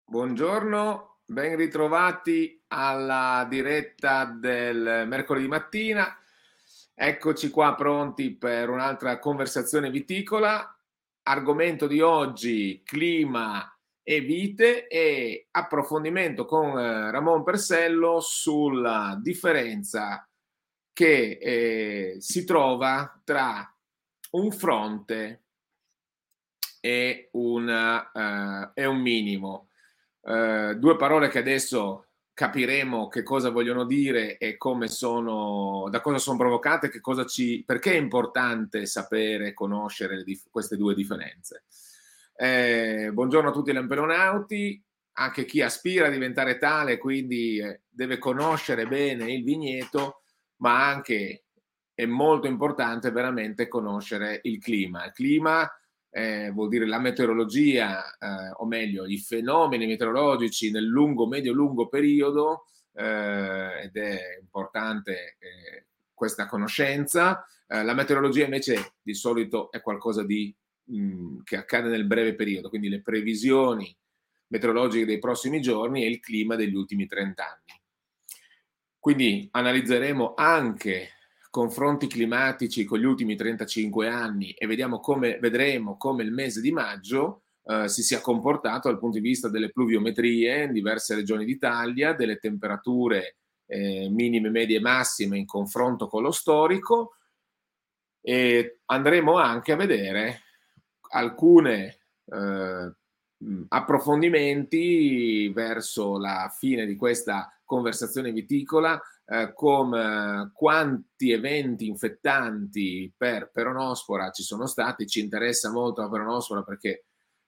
Buongiorno, ben ritrovati alla diretta del mercoledì mattina. Eccoci qua pronti per un'altra conversazione viticola. Argomento di oggi: clima e vite, e approfondimento con Ramon Persello sulla differenza che si trova tra un fronte e un minimo. Due parole che adesso capiremo che cosa vogliono dire e come sono, da cosa sono provocate, perché è importante sapere, conoscere queste due differenze. Buongiorno a tutti gli lampelonauti, anche chi aspira a diventare tale, quindi deve conoscere bene il vigneto, ma anche è molto importante veramente conoscere il clima. Il clima vuol dire la meteorologia, o meglio i fenomeni meteorologici nel medio-lungo periodo, ed è importante questa conoscenza. La meteorologia invece di solito è qualcosa che accade nel breve periodo, quindi le previsioni meteorologiche dei prossimi giorni e il clima degli ultimi 30 anni. Quindi analizzeremo anche confronti climatici con gli ultimi 35 anni e vedremo come il mese di maggio si sia comportato dal punto di vista delle pluviometrie in diverse regioni d'Italia, delle temperature minime, medie e massime in confronto con lo storico, e andremo anche a vedere alcune approfondimenti verso la fine di questa conversazione viticola, come quanti eventi infettanti per peronospora ci sono stati. Ci interessa molto la peronospora perché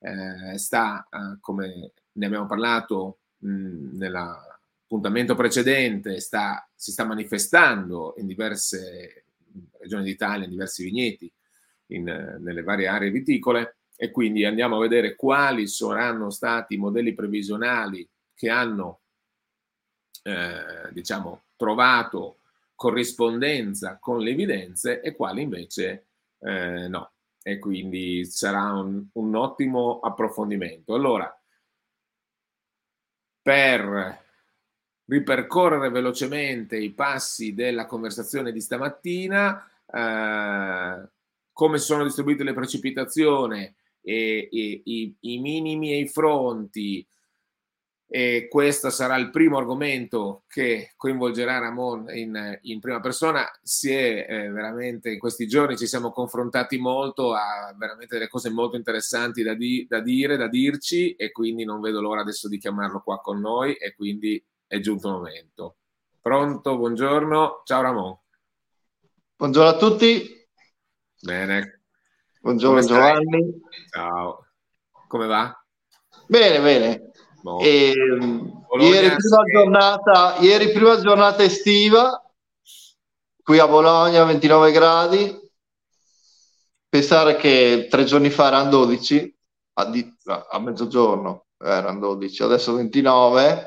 come ne abbiamo parlato nell'appuntamento precedente, si sta manifestando in diverse regioni d'Italia, in diversi vigneti, nelle varie aree viticole, e quindi andiamo a vedere quali saranno stati i modelli previsionali che hanno trovato corrispondenza con le evidenze e quali invece no, e quindi sarà un ottimo approfondimento. Allora, per ripercorrere velocemente i passi della conversazione di stamattina, come sono distribuite le precipitazioni e i minimi e i fronti, e questo sarà il primo argomento che coinvolgerà Ramon in prima persona. Veramente in questi giorni ci siamo confrontati molto, a veramente delle cose molto interessanti da dirci, e quindi non vedo l'ora adesso di chiamarlo qua con noi, e quindi è giunto il momento. Pronto, buongiorno, ciao Ramon. Buongiorno a tutti. Bene. Buongiorno Giovanni. Ciao. Come va? Bene, bene. Ieri prima giornata estiva, qui a Bologna 29 gradi. Pensare che 3 giorni fa erano 12, a mezzogiorno erano 12, adesso 29.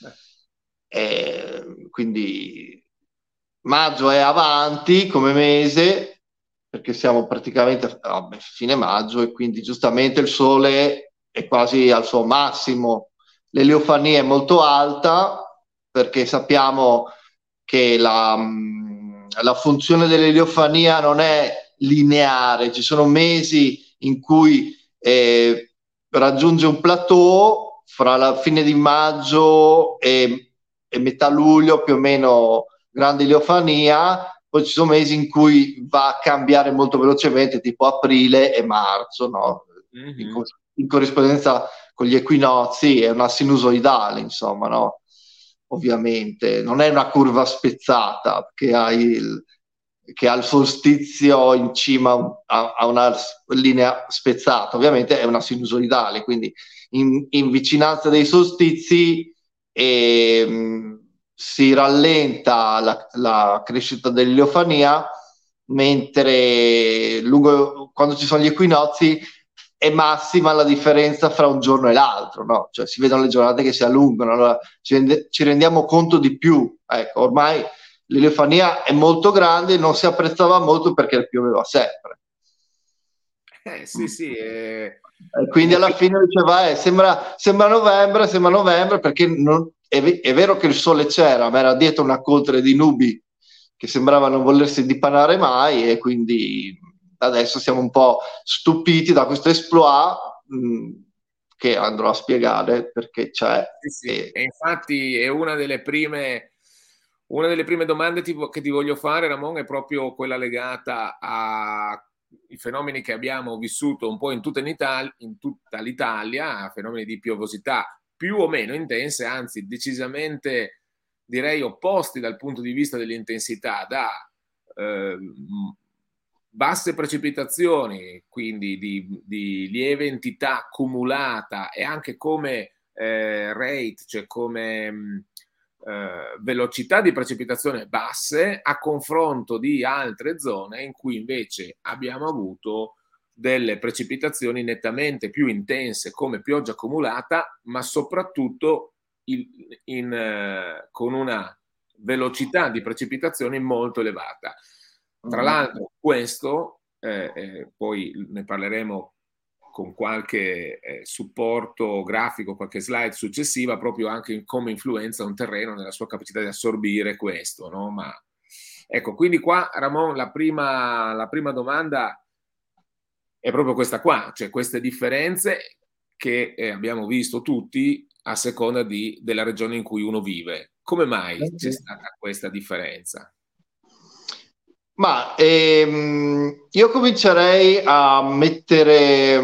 Quindi maggio è avanti come mese, perché siamo praticamente a fine maggio, e quindi giustamente il sole è quasi al suo massimo. L'eliofania è molto alta, perché sappiamo che la funzione dell'eliofania non è lineare, ci sono mesi in cui raggiunge un plateau fra la fine di maggio e metà luglio, più o meno grande eliofania. Poi ci sono mesi in cui va a cambiare molto velocemente, tipo aprile e marzo, no? Mm-hmm. In corrispondenza con gli equinozi è una sinusoidale, insomma, no? Ovviamente non è una curva spezzata che ha il solstizio in cima a una linea spezzata, ovviamente è una sinusoidale, quindi in vicinanza dei solstizi si rallenta la crescita dell'eliofania, mentre quando ci sono gli equinozi è massima la differenza fra un giorno e l'altro, no? Cioè si vedono le giornate che si allungano, allora ci rendiamo conto di più. Ecco, ormai l'eliofania è molto grande, non si apprezzava molto perché pioveva sempre. Sì, sì. E quindi alla fine diceva, sembra novembre perché è vero che il sole c'era, ma era dietro una coltre di nubi che sembrava non volersi dipanare mai e quindi adesso siamo un po' stupiti da questo exploit che andrò a spiegare perché c'è. Sì, sì. E infatti è una delle prime domande che ti voglio fare, Ramon, è proprio quella legata ai fenomeni che abbiamo vissuto un po' in tutta l'Italia, fenomeni di piovosità più o meno intense, anzi decisamente direi opposti dal punto di vista dell'intensità, da eh, basse precipitazioni, quindi di lieve entità cumulata e anche come rate, cioè come velocità di precipitazione basse a confronto di altre zone in cui invece abbiamo avuto delle precipitazioni nettamente più intense come pioggia accumulata, ma soprattutto con una velocità di precipitazione molto elevata. Tra l'altro, questo, poi ne parleremo con qualche supporto grafico, qualche slide successiva, proprio anche in come influenza un terreno nella sua capacità di assorbire questo, no? Ma ecco, quindi qua, Ramon, la prima domanda è proprio questa qua, cioè queste differenze che abbiamo visto tutti a seconda della regione in cui uno vive. Come mai c'è stata questa differenza? Ma io comincerei a mettere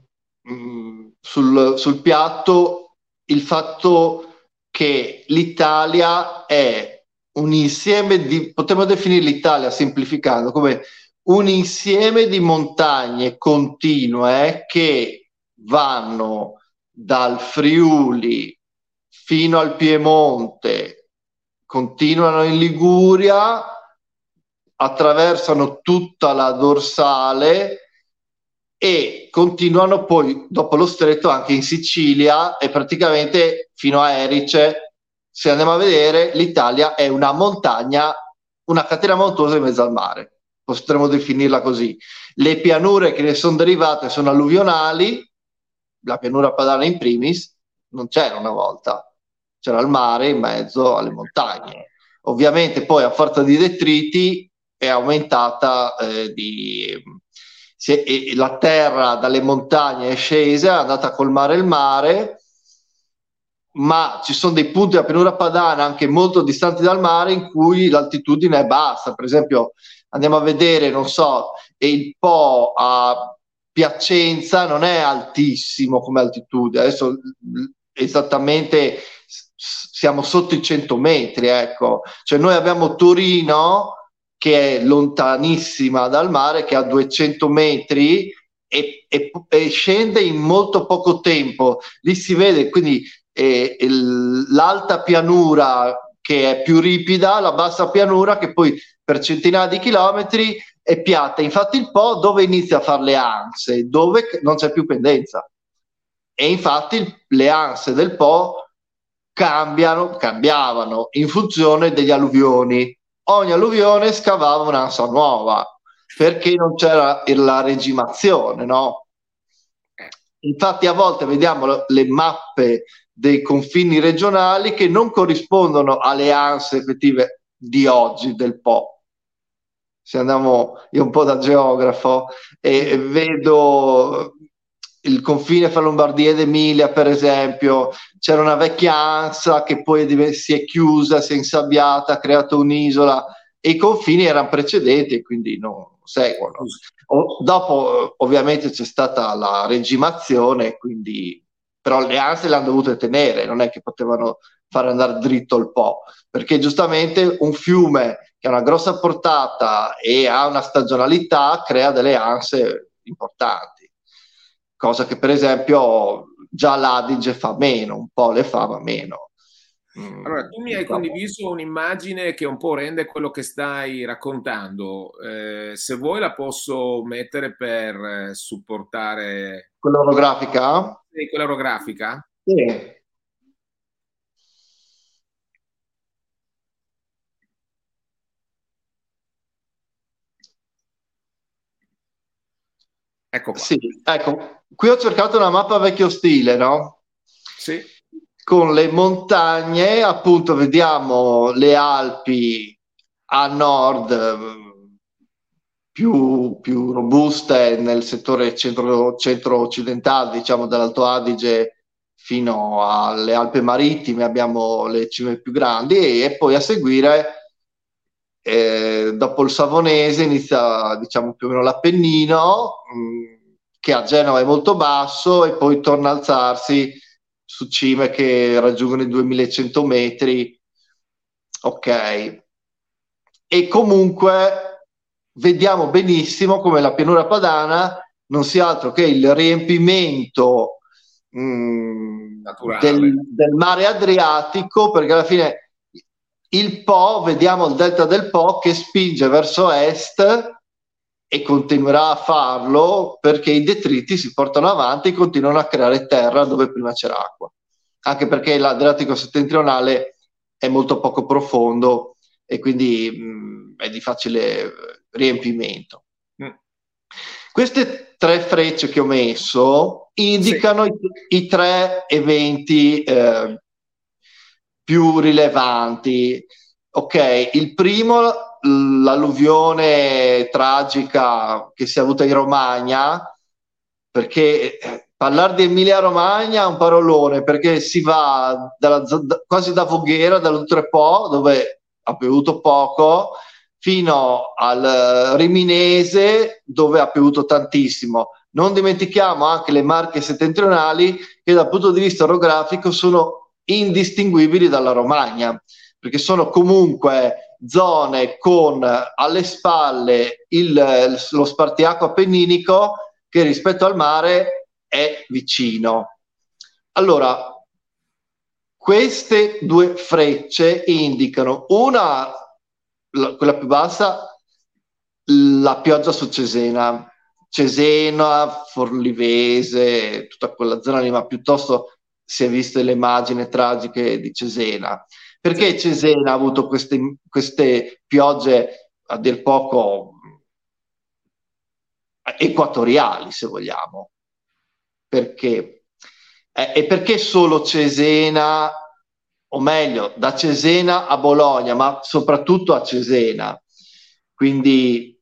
sul piatto il fatto che l'Italia è un insieme potremmo definire l'Italia semplificando come un insieme di montagne continue che vanno dal Friuli fino al Piemonte, continuano in Liguria, attraversano tutta la dorsale e continuano poi dopo lo stretto anche in Sicilia e praticamente fino a Erice. Se andiamo a vedere, l'Italia è una montagna, una catena montuosa in mezzo al mare, potremmo definirla così. Le pianure che ne sono derivate sono alluvionali, la pianura padana in primis, non c'era una volta, c'era il mare in mezzo alle montagne. Ovviamente poi a forza di detriti è aumentata la terra dalle montagne è scesa, è andata a colmare il mare, ma ci sono dei punti della pianura padana anche molto distanti dal mare in cui l'altitudine è bassa. Per esempio, andiamo a vedere, non so, il Po a Piacenza non è altissimo come altitudine, adesso esattamente siamo sotto i 100 metri, ecco. Cioè noi abbiamo Torino che è lontanissima dal mare, che ha 200 metri e scende in molto poco tempo. Lì si vede quindi l'alta pianura che è più ripida, la bassa pianura che poi per centinaia di chilometri è piatta. Infatti il Po dove inizia a fare le anse? Dove non c'è più pendenza. E infatti le anse del Po cambiavano in funzione degli alluvioni. Ogni alluvione scavava un'ansa nuova perché non c'era la regimazione, no? Infatti a volte vediamo le mappe dei confini regionali che non corrispondono alle anse effettive di oggi del Po. Se andiamo io un po' da geografo e vedo il confine fra Lombardia ed Emilia, per esempio, c'era una vecchia ansa che poi si è chiusa, si è insabbiata, ha creato un'isola e i confini erano precedenti e quindi non seguono. Dopo ovviamente c'è stata la regimazione, quindi però le anse le hanno dovute tenere, non è che potevano far andare dritto il Po, perché giustamente un fiume che ha una grossa portata e ha una stagionalità crea delle anse importanti, cosa che per esempio già l'Adige fa meno, un po' le fa ma meno. Allora, tu mi hai Diciamo. condiviso un'immagine che un po' rende quello che stai raccontando. Se vuoi la posso mettere per supportare Quella orografica? quella orografica. Sì. Ecco qua. Sì, ecco, qui ho cercato una mappa vecchio stile, no? Sì, Con le montagne, appunto, vediamo le Alpi a nord, più robuste nel settore centro-occidentale, diciamo dall'Alto Adige fino alle Alpi Marittime, abbiamo le cime più grandi e poi a seguire, dopo il Savonese, inizia diciamo più o meno l'Appennino, che a Genova è molto basso e poi torna a alzarsi su cime che raggiungono i 2100 metri. Ok. E comunque vediamo benissimo come la pianura padana non sia altro che il riempimento naturale. del mare Adriatico, perché alla fine il Po, vediamo il delta del Po che spinge verso est e continuerà a farlo perché i detriti si portano avanti e continuano a creare terra dove prima c'era acqua. Anche perché l'Adriatico settentrionale è molto poco profondo e quindi è di facile riempimento. Queste tre frecce che ho messo indicano i tre eventi più rilevanti. Ok, il primo, l'alluvione tragica che si è avuta in Romagna, perché parlare di Emilia-Romagna è un parolone, perché si va quasi da Voghera, dall'Oltrepo, dove ha piovuto poco, fino al Riminese, dove ha piovuto tantissimo. Non dimentichiamo anche le Marche settentrionali, che dal punto di vista orografico sono indistinguibili dalla Romagna, perché sono comunque zone con alle spalle lo spartiacque appenninico che rispetto al mare è vicino. Allora, queste due frecce indicano una, quella più bassa, la pioggia su Cesena, Forlivese, tutta quella zona lì, ma piuttosto si è viste le immagini tragiche di Cesena. Perché Cesena ha avuto queste piogge a dir poco equatoriali, se vogliamo? Perché? E perché solo Cesena, o meglio, da Cesena a Bologna, ma soprattutto a Cesena? Quindi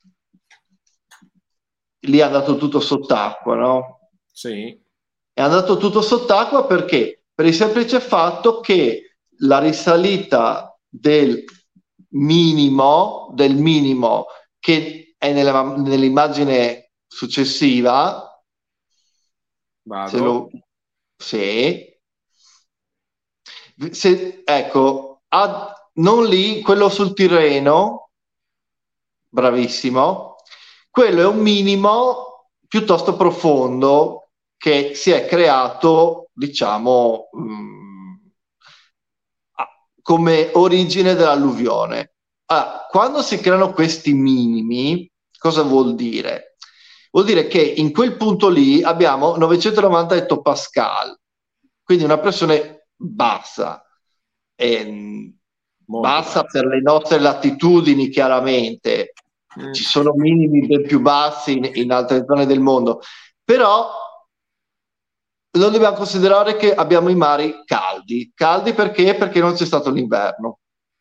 lì è andato tutto sott'acqua, no? Sì. È andato tutto sott'acqua perché? Per il semplice fatto che la risalita del minimo che è nell'immagine successiva, Vado. ecco, non lì, quello sul Tirreno, bravissimo, quello è un minimo piuttosto profondo che si è creato, diciamo, come origine dell'alluvione. Quando si creano questi minimi, cosa vuol dire? Vuol dire che in quel punto lì abbiamo 990 ettopascal, quindi una pressione bassa. Bassa per le nostre latitudini, chiaramente. Ci sono minimi ben più bassi in altre zone del mondo, però non dobbiamo considerare che abbiamo i mari caldi. Caldi perché? Perché non c'è stato l'inverno.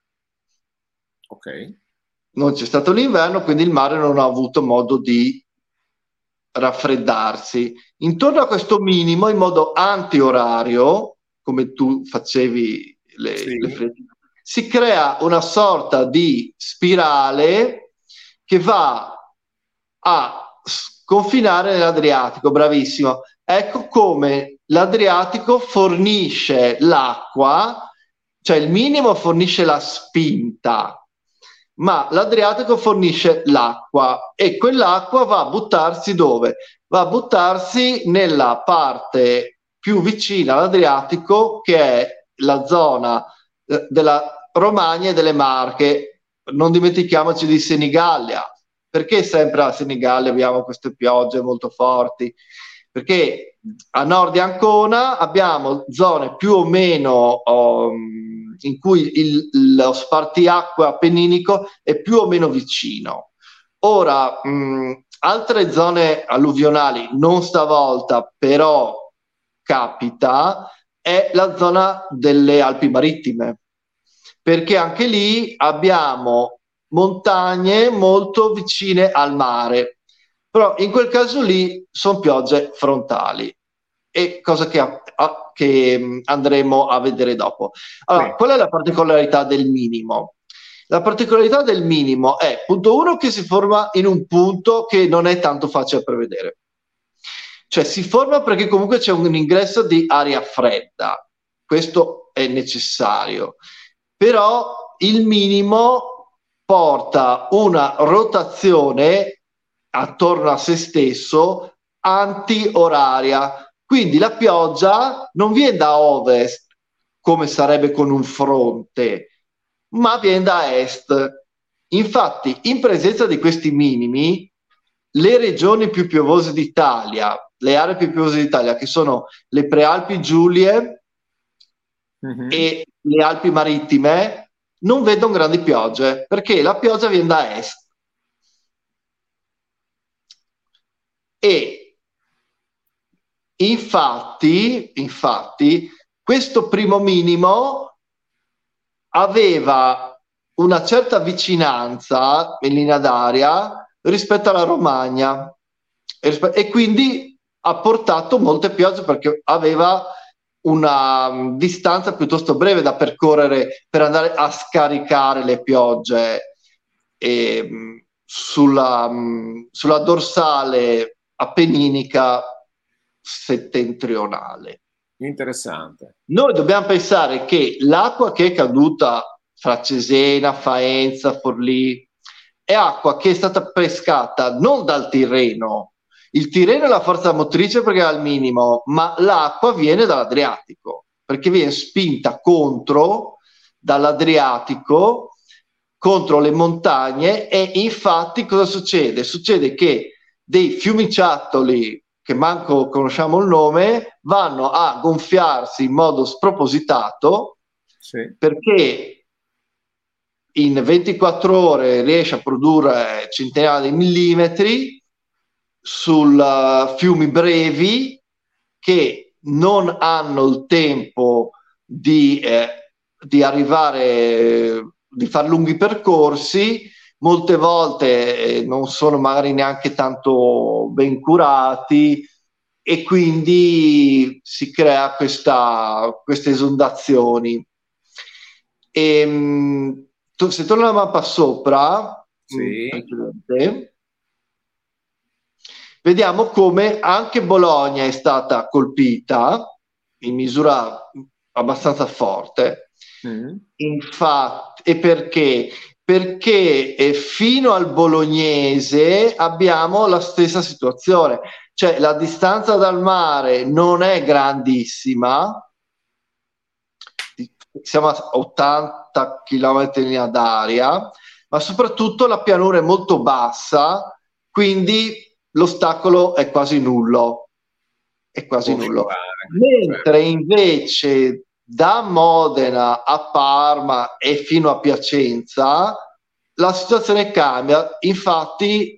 Ok. Non c'è stato l'inverno, quindi il mare non ha avuto modo di raffreddarsi. Intorno a questo minimo, in modo anti-orario, come tu facevi le frecce, si crea una sorta di spirale che va a sconfinare nell'Adriatico. Bravissimo. Ecco come l'Adriatico fornisce l'acqua, cioè il minimo fornisce la spinta, ma l'Adriatico fornisce l'acqua e quell'acqua va a buttarsi dove? Va a buttarsi nella parte più vicina all'Adriatico, che è la zona della Romagna e delle Marche. Non dimentichiamoci di Senigallia. Perché sempre a Senigallia abbiamo queste piogge molto forti? Perché a nord di Ancona abbiamo zone più o meno in cui lo spartiacque appenninico è più o meno vicino. Ora, altre zone alluvionali, non stavolta, però capita, è la zona delle Alpi Marittime, perché anche lì abbiamo montagne molto vicine al mare, però in quel caso lì sono piogge frontali, e cosa che andremo a vedere dopo. Allora, Sì. qual è la particolarità del minimo? La particolarità del minimo è, punto uno, che si forma in un punto che non è tanto facile da prevedere. Cioè si forma perché comunque c'è un ingresso di aria fredda, questo è necessario, però il minimo porta una rotazione attorno a se stesso anti-oraria, quindi la pioggia non viene da ovest come sarebbe con un fronte, ma viene da est. Infatti, in presenza di questi minimi, le regioni più piovose d'Italia, le aree più piovose d'Italia, che sono le Prealpi Giulie e le Alpi Marittime, non vedono grandi piogge, perché la pioggia viene da est. E infatti, questo primo minimo aveva una certa vicinanza in linea d'aria rispetto alla Romagna, e quindi ha portato molte piogge perché aveva una distanza piuttosto breve da percorrere per andare a scaricare le piogge sulla dorsale appenninica settentrionale. Interessante. Noi dobbiamo pensare che l'acqua che è caduta fra Cesena, Faenza, Forlì è acqua che è stata pescata non dal Tirreno. Il Tirreno è la forza motrice perché è al minimo, ma l'acqua viene dall'Adriatico, perché viene spinta contro dall'Adriatico contro le montagne, e infatti cosa succede? Succede che dei fiumiciattoli che manco conosciamo il nome, vanno a gonfiarsi in modo spropositato, sì, perché in 24 ore riesce a produrre centinaia di millimetri su fiumi brevi che non hanno il tempo di arrivare, di fare lunghi percorsi. Molte volte non sono magari neanche tanto ben curati, e quindi si crea queste esondazioni. Se torno alla mappa sopra, sì. vediamo come anche Bologna è stata colpita in misura abbastanza forte. Infatti, e perché? Perché fino al bolognese abbiamo la stessa situazione, cioè la distanza dal mare non è grandissima, siamo a 80 km in linea d'aria, ma soprattutto la pianura è molto bassa, quindi l'ostacolo è quasi nullo. È quasi nullo. Mentre invece da Modena a Parma e fino a Piacenza la situazione cambia. Infatti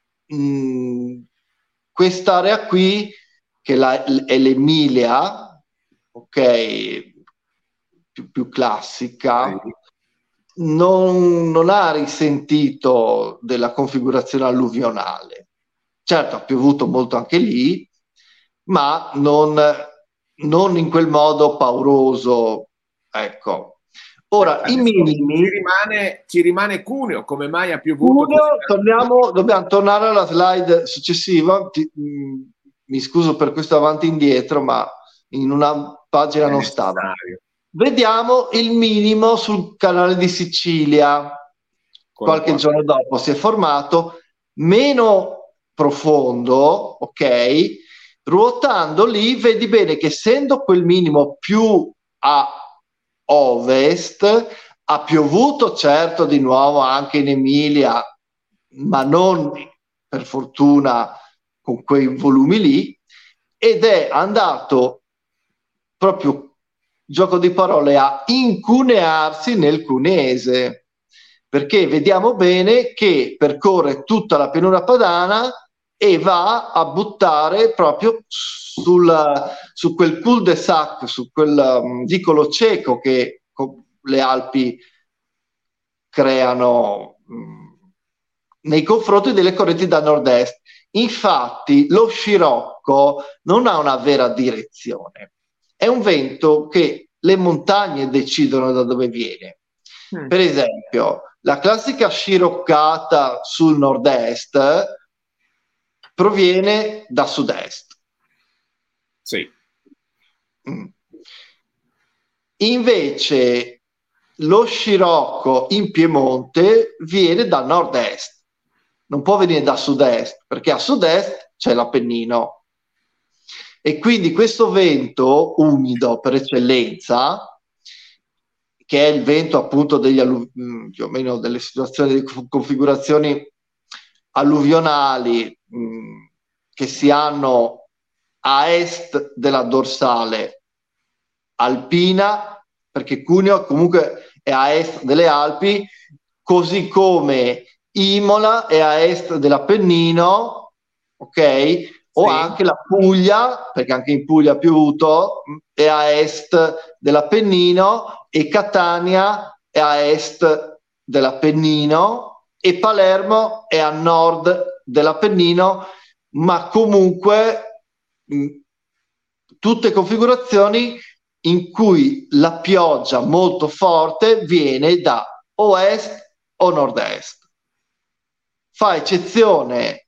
quest'area qui, che è l'Emilia, ok, più classica, Sì. non ha risentito della configurazione alluvionale. Certo, ha piovuto molto anche lì, ma non in quel modo pauroso, ecco. Ora, i minimi... Ci rimane Cuneo, come mai ha piovuto? Dobbiamo tornare alla slide successiva. Mi scuso per questo avanti e indietro, ma in una pagina non stava. Vediamo il minimo sul canale di Sicilia. Qualche giorno dopo si è formato, meno profondo, ok? Ruotando lì vedi bene che, essendo quel minimo più a ovest, ha piovuto certo di nuovo anche in Emilia, ma non per fortuna con quei volumi lì, ed è andato proprio, gioco di parole, a incunearsi nel cuneese, perché vediamo bene che percorre tutta la pianura padana e va a buttare proprio su quel cul-de-sac, su quel vicolo cieco che le Alpi creano nei confronti delle correnti da nord-est. Infatti lo scirocco non ha una vera direzione, è un vento che le montagne decidono da dove viene. Per esempio, la classica sciroccata sul nord-est proviene da sud-est. Sì. Invece lo scirocco in Piemonte viene da nord-est, non può venire da sud-est, perché a sud-est c'è l'Appennino. E quindi questo vento umido per eccellenza, che è il vento appunto più o meno delle situazioni di configurazioni alluvionali che si hanno a est della dorsale alpina, perché Cuneo comunque è a est delle Alpi, così come Imola è a est dell'Appennino, ok? O Sì. anche la Puglia, perché anche in Puglia ha piovuto, è a est dell'Appennino, e Catania è a est dell'Appennino, e Palermo è a nord dell'Appennino, ma comunque tutte configurazioni in cui la pioggia molto forte viene da o est o nord-est. Fa eccezione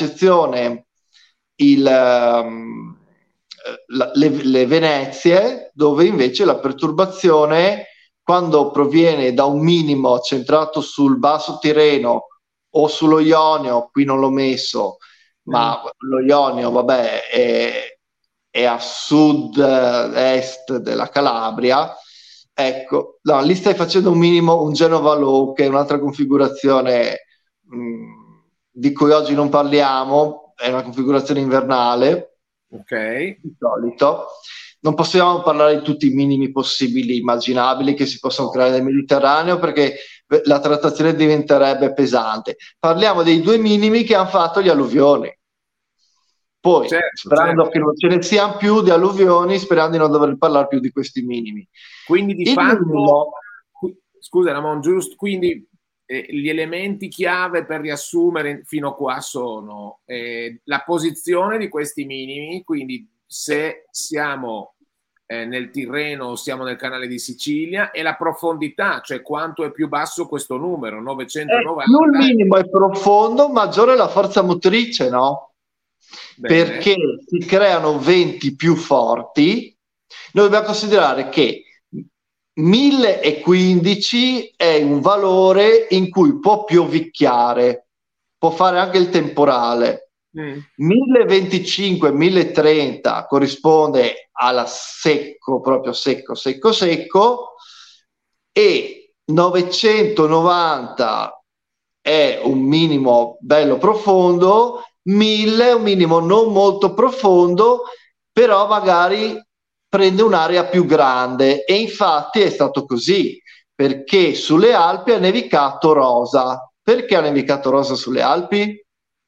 le Venezie, dove invece la perturbazione, quando proviene da un minimo centrato sul basso Tirreno o sullo Ionio, qui non l'ho messo, ma lo Ionio, vabbè, è a sud-est della Calabria. Ecco, no, lì stai facendo un minimo, un Genova Low, che è un'altra configurazione di cui oggi non parliamo, è una configurazione invernale. Ok. Di solito. Non possiamo parlare di tutti i minimi possibili, immaginabili che si possono creare nel Mediterraneo, perché la trattazione diventerebbe pesante. Parliamo dei 2 minimi che hanno fatto gli alluvioni. Poi, sperando che non ce ne siano più di alluvioni, sperando di non dover parlare più di questi minimi. Quindi di fatto, scusa Ramon, giusto, quindi gli elementi chiave per riassumere fino a qua sono la posizione di questi minimi, quindi se siamo nel Tirreno o siamo nel canale di Sicilia, e la profondità, cioè quanto è più basso questo numero, 990. Più il minimo è profondo, maggiore è la forza motrice, no? Bene. Perché si creano venti più forti. Noi dobbiamo considerare che 1015 è un valore in cui può piovicchiare, può fare anche il temporale. 1025, 1030 corrisponde alla secco, proprio secco, e 990 è un minimo bello profondo, 1000 è un minimo non molto profondo, però magari prende un'area più grande, e infatti è stato così, perché sulle Alpi ha nevicato rosa. Perché ha nevicato rosa sulle Alpi?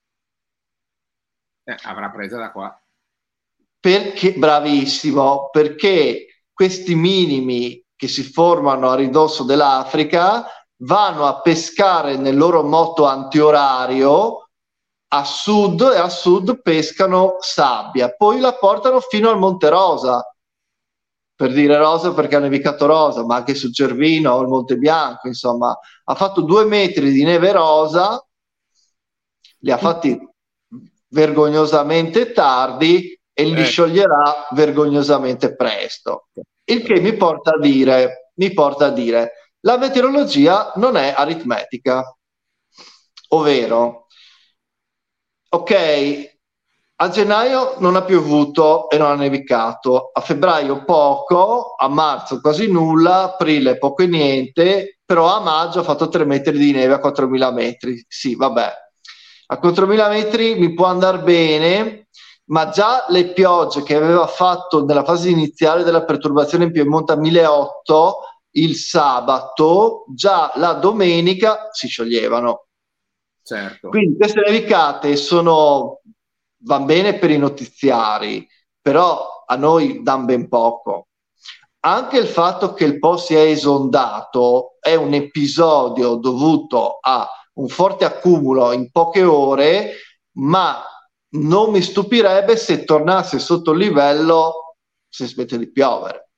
Avrà presa da qua. Perché, bravissimo, perché questi minimi che si formano a ridosso dell'Africa vanno a pescare nel loro moto antiorario a sud, e a sud pescano sabbia, poi la portano fino al Monte Rosa, per dire rosa perché ha nevicato rosa, ma anche su Cervino o il Monte Bianco, insomma, ha fatto 2 metri di neve rosa, li ha fatti vergognosamente tardi e li scioglierà vergognosamente presto. Il che mi porta a dire, la meteorologia non è aritmetica, ovvero, ok, a gennaio non ha piovuto e non ha nevicato, a febbraio poco, a marzo quasi nulla, aprile poco e niente, però a maggio ha fatto 3 metri di neve a 4.000 metri. Sì, vabbè, a 4.000 metri mi può andare bene, ma già le piogge che aveva fatto nella fase iniziale della perturbazione in Piemonte a 1.800, il sabato, già la domenica si scioglievano. certo. Quindi queste nevicate van bene per i notiziari, però a noi danno ben poco. Anche il fatto che il Po sia esondato è un episodio dovuto a un forte accumulo in poche ore, ma non mi stupirebbe se tornasse sotto il livello se smette di piovere.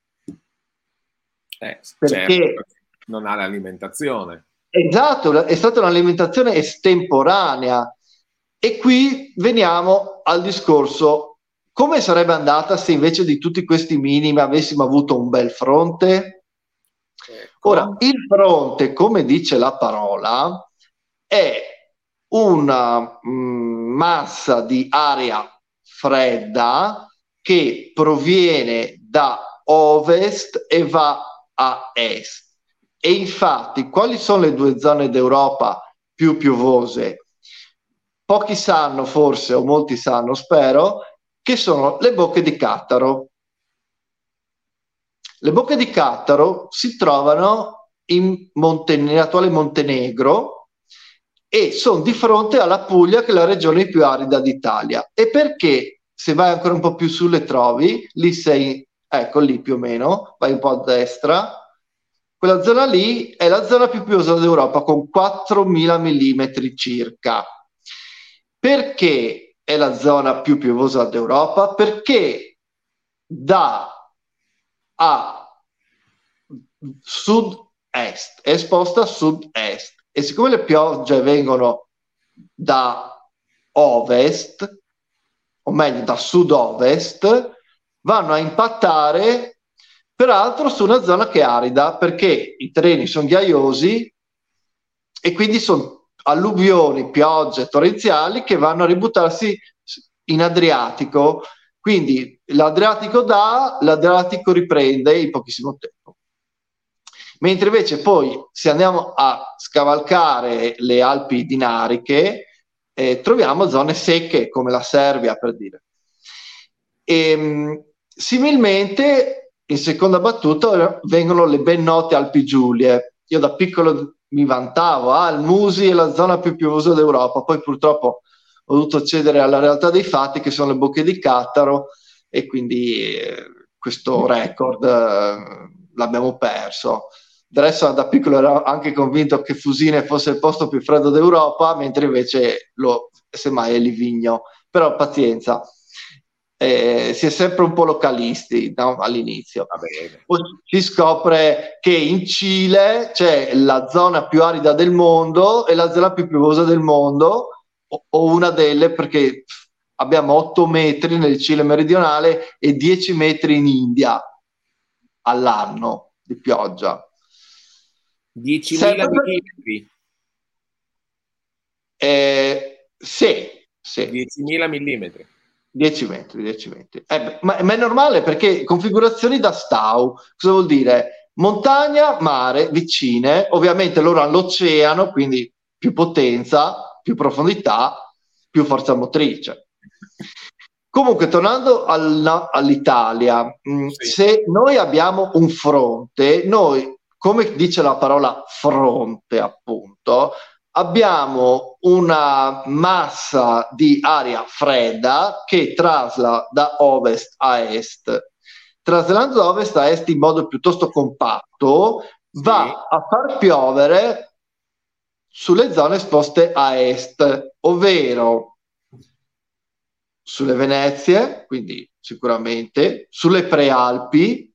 Certo, Perché perché non ha l'alimentazione. esatto, è stata un'alimentazione estemporanea. E qui veniamo al discorso: come sarebbe andata se invece di tutti questi minimi avessimo avuto un bel fronte? Ora, Ecco. il fronte, come dice la parola, è una massa di aria fredda che proviene da ovest e va a est. E infatti, quali sono le due zone d'Europa più piovose? Pochi sanno forse, o molti sanno, spero, che sono le bocche di Cattaro. Le bocche di Cattaro si trovano nell'attuale Montenegro e sono di fronte alla Puglia, che è la regione più arida d'Italia. E perché, se vai ancora un po' più su, le trovi? Lì sei, ecco lì più o meno, vai un po' a destra. Quella zona lì è la zona più piovosa d'Europa, con 4.000 millimetri circa. Perché è la zona più piovosa d'Europa? Perché da a sud-est, è esposta a sud-est, e siccome le piogge vengono da ovest, o meglio da sud-ovest, vanno a impattare peraltro su una zona che è arida, perché i terreni sono ghiaiosi e quindi sono alluvioni, piogge torrenziali che vanno a ributtarsi in Adriatico. Quindi l'Adriatico riprende in pochissimo tempo. Mentre invece poi, se andiamo a scavalcare le Alpi Dinariche, troviamo zone secche come la Serbia, per dire. Similmente, in seconda battuta vengono le ben note Alpi Giulie. Io da piccolo mi vantavo, il Musi è la zona più piovosa d'Europa, poi purtroppo ho dovuto accedere alla realtà dei fatti, che sono le bocche di Cattaro, e quindi questo record l'abbiamo perso. Adesso da piccolo ero anche convinto che Fusine fosse il posto più freddo d'Europa, mentre invece semmai è Livigno. Però pazienza, si è sempre un po' localisti, no? All'inizio. Va bene. Poi si scopre che in Cile c'è la zona più arida del mondo e la zona più piovosa del mondo, o una delle, perché abbiamo 8 metri nel Cile meridionale e 10 metri in India all'anno di pioggia. 10.000 millimetri. Sì. 10.000 millimetri. 10 metri, 10 metri. Ma è normale, perché configurazioni da Stau, cosa vuol dire? Montagna, mare, vicine, ovviamente loro hanno l'oceano, quindi più potenza, più profondità, più forza motrice. Comunque, tornando all'Italia, Sì. se noi abbiamo un fronte, noi, come dice la parola fronte, appunto, abbiamo una massa di aria fredda che trasla da ovest a est. Traslando da ovest a est in modo piuttosto compatto, va a far piovere sulle zone esposte a est, ovvero sulle Venezie, quindi sicuramente, sulle Prealpi,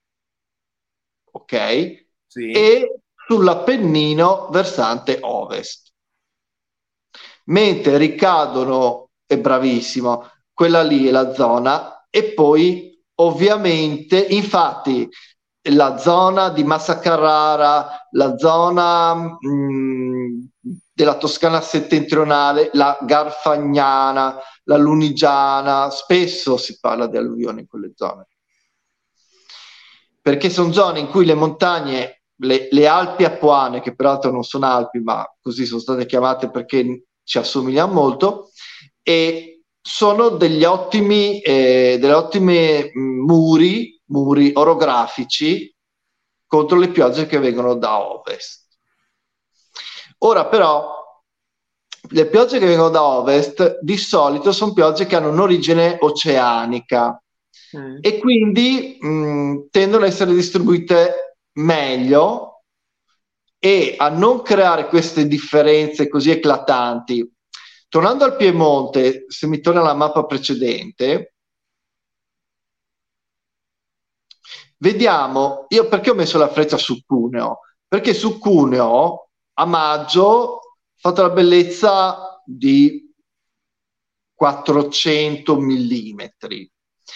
ok? Sì. E sull'Appennino versante ovest. Mentre ricadono, è bravissimo, quella lì è la zona, e poi ovviamente, infatti, la zona di Massa Carrara, la zona della Toscana settentrionale, la Garfagnana, la Lunigiana, spesso si parla di alluvioni in quelle zone, perché sono zone in cui le montagne, le Alpi Apuane, che peraltro non sono Alpi, ma così sono state chiamate perché ci assomigliano molto, e sono delle ottime muri orografici contro le piogge che vengono da ovest. Ora però le piogge che vengono da ovest di solito sono piogge che hanno un'origine oceanica e quindi tendono ad essere distribuite meglio e a non creare queste differenze così eclatanti. Tornando al Piemonte, se mi torna alla mappa precedente, vediamo, io perché ho messo la freccia su Cuneo? Perché su Cuneo a maggio ha fatto la bellezza di 400 millimetri,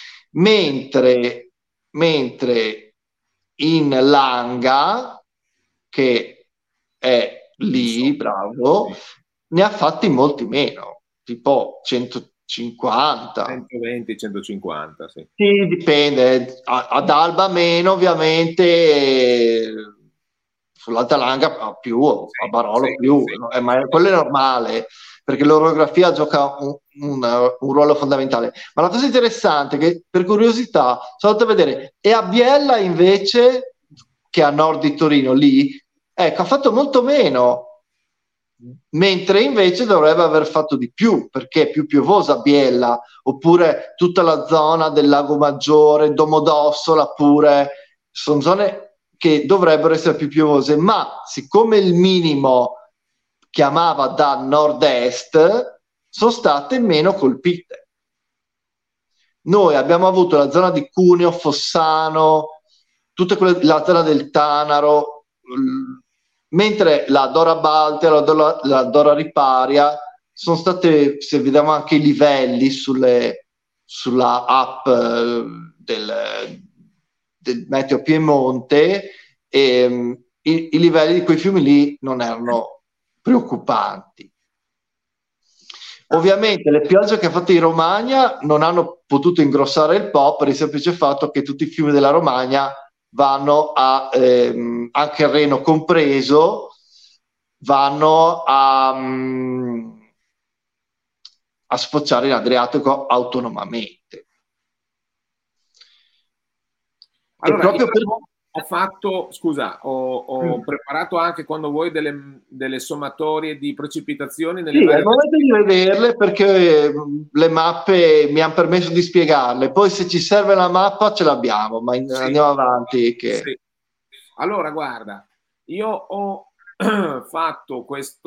mentre in Langa, che è lì, bravo, ne ha fatti molti meno, tipo 150. 120, 150, sì. Sì, dipende. Ad Alba meno, ovviamente, sull'Alta Langa più, a Barolo più, ma quello è normale, perché l'orografia gioca un ruolo fondamentale. Ma la cosa interessante è che, per curiosità, sono andato a vedere, e a Biella invece, che è a nord di Torino, lì, ecco, ha fatto molto meno, mentre invece dovrebbe aver fatto di più, perché è più piovosa Biella, oppure tutta la zona del Lago Maggiore, Domodossola pure, sono zone che dovrebbero essere più piovose, ma siccome il minimo chiamava da nord-est, sono state meno colpite. Noi abbiamo avuto la zona di Cuneo, Fossano, la zona del Tanaro, mentre la Dora Baltea, la Dora Riparia sono state, se vediamo anche i livelli sulla app del Meteo Piemonte, i livelli di quei fiumi lì non erano preoccupanti. Ovviamente le piogge che ha fatto in Romagna non hanno potuto ingrossare il Po per il semplice fatto che tutti i fiumi della Romagna vanno anche il Reno compreso, vanno a sfociare in Adriatico autonomamente. Allora, proprio ho fatto, scusa, ho preparato anche quando vuoi delle sommatorie di precipitazioni nelle sì, varie... È il momento di vederle perché le mappe mi hanno permesso di spiegarle. Poi se ci serve la mappa ce l'abbiamo, ma andiamo avanti. Sì. Allora, guarda, io ho fatto questa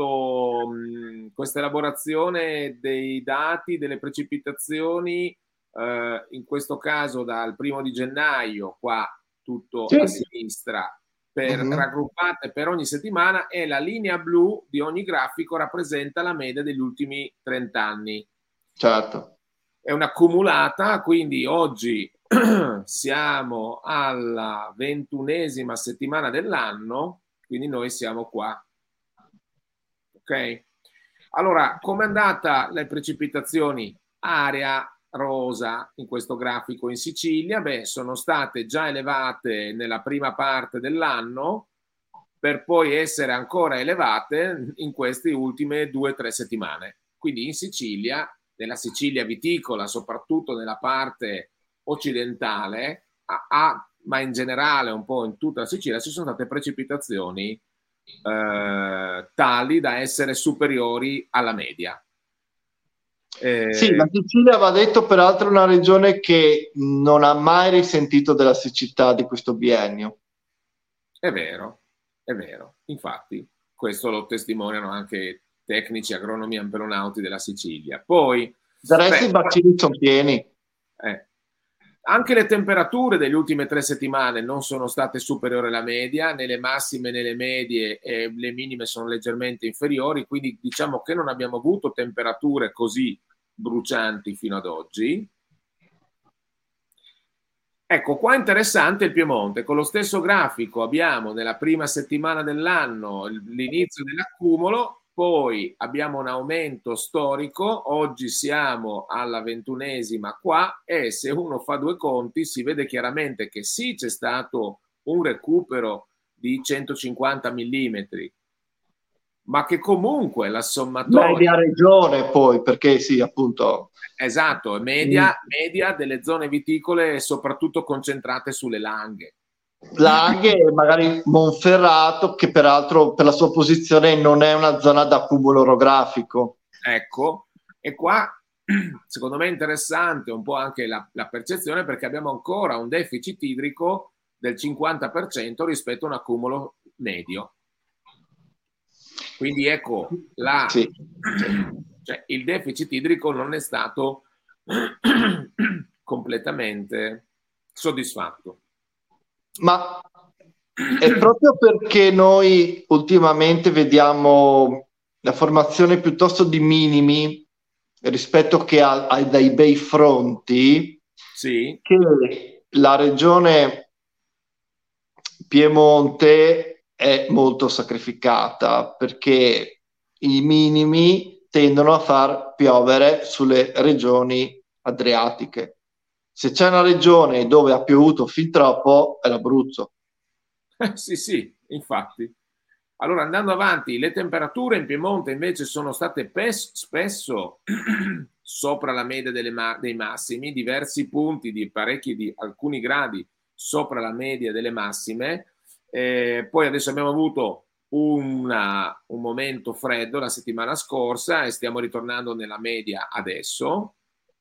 elaborazione dei dati, delle precipitazioni, in questo caso dal 1 gennaio, qua tutto a sinistra, raggruppate per ogni settimana, e la linea blu di ogni grafico rappresenta la media degli ultimi 30 anni. Certo. È un'accumulata, quindi oggi siamo alla 21ª settimana dell'anno, quindi noi siamo qua. Ok? Allora, come è andata le precipitazioni? Area rosa in questo grafico in Sicilia, beh, sono state già elevate nella prima parte dell'anno per poi essere ancora elevate in queste ultime 2-3 settimane. Quindi in Sicilia, nella Sicilia viticola, soprattutto nella parte occidentale, ma in generale un po' in tutta la Sicilia, ci sono state precipitazioni tali da essere superiori alla media. Sì, la Sicilia, va detto, peraltro, è una regione che non ha mai risentito della siccità di questo biennio. È vero, infatti questo lo testimoniano anche tecnici agronomi ampelonauti della Sicilia. Poi del resto i bacini sono pieni. Anche le temperature delle ultime 3 settimane non sono state superiori alla media, nelle massime, nelle medie, le minime sono leggermente inferiori, quindi diciamo che non abbiamo avuto temperature così brucianti fino ad oggi. Ecco, qua è interessante il Piemonte, con lo stesso grafico abbiamo nella prima settimana dell'anno l'inizio dell'accumulo, poi abbiamo un aumento storico, oggi siamo alla 21ª qua, e se uno fa due conti si vede chiaramente che sì, c'è stato un recupero di 150 millimetri, ma che comunque la sommatoria... Media regione poi, perché sì, appunto... Esatto, media delle zone viticole, soprattutto concentrate sulle Langhe. Langhe e magari Monferrato, che peraltro per la sua posizione non è una zona d'accumulo orografico. Ecco, e qua secondo me è interessante un po' anche la percezione, perché abbiamo ancora un deficit idrico del 50% rispetto a un accumulo medio. Quindi ecco, Sì. cioè, il deficit idrico non è stato completamente soddisfatto. Ma è proprio perché noi ultimamente vediamo la formazione piuttosto di minimi rispetto che a dai bei fronti, Sì, che la regione Piemonte è molto sacrificata, perché i minimi tendono a far piovere sulle regioni adriatiche. Se c'è una regione dove ha piovuto fin troppo è l'Abruzzo. sì, sì, infatti. Allora, andando avanti, le temperature in Piemonte invece sono state spesso sopra la media dei massimi, diversi punti di parecchi, di alcuni gradi sopra la media delle massime. Poi adesso abbiamo avuto un momento freddo la settimana scorsa e stiamo ritornando nella media adesso.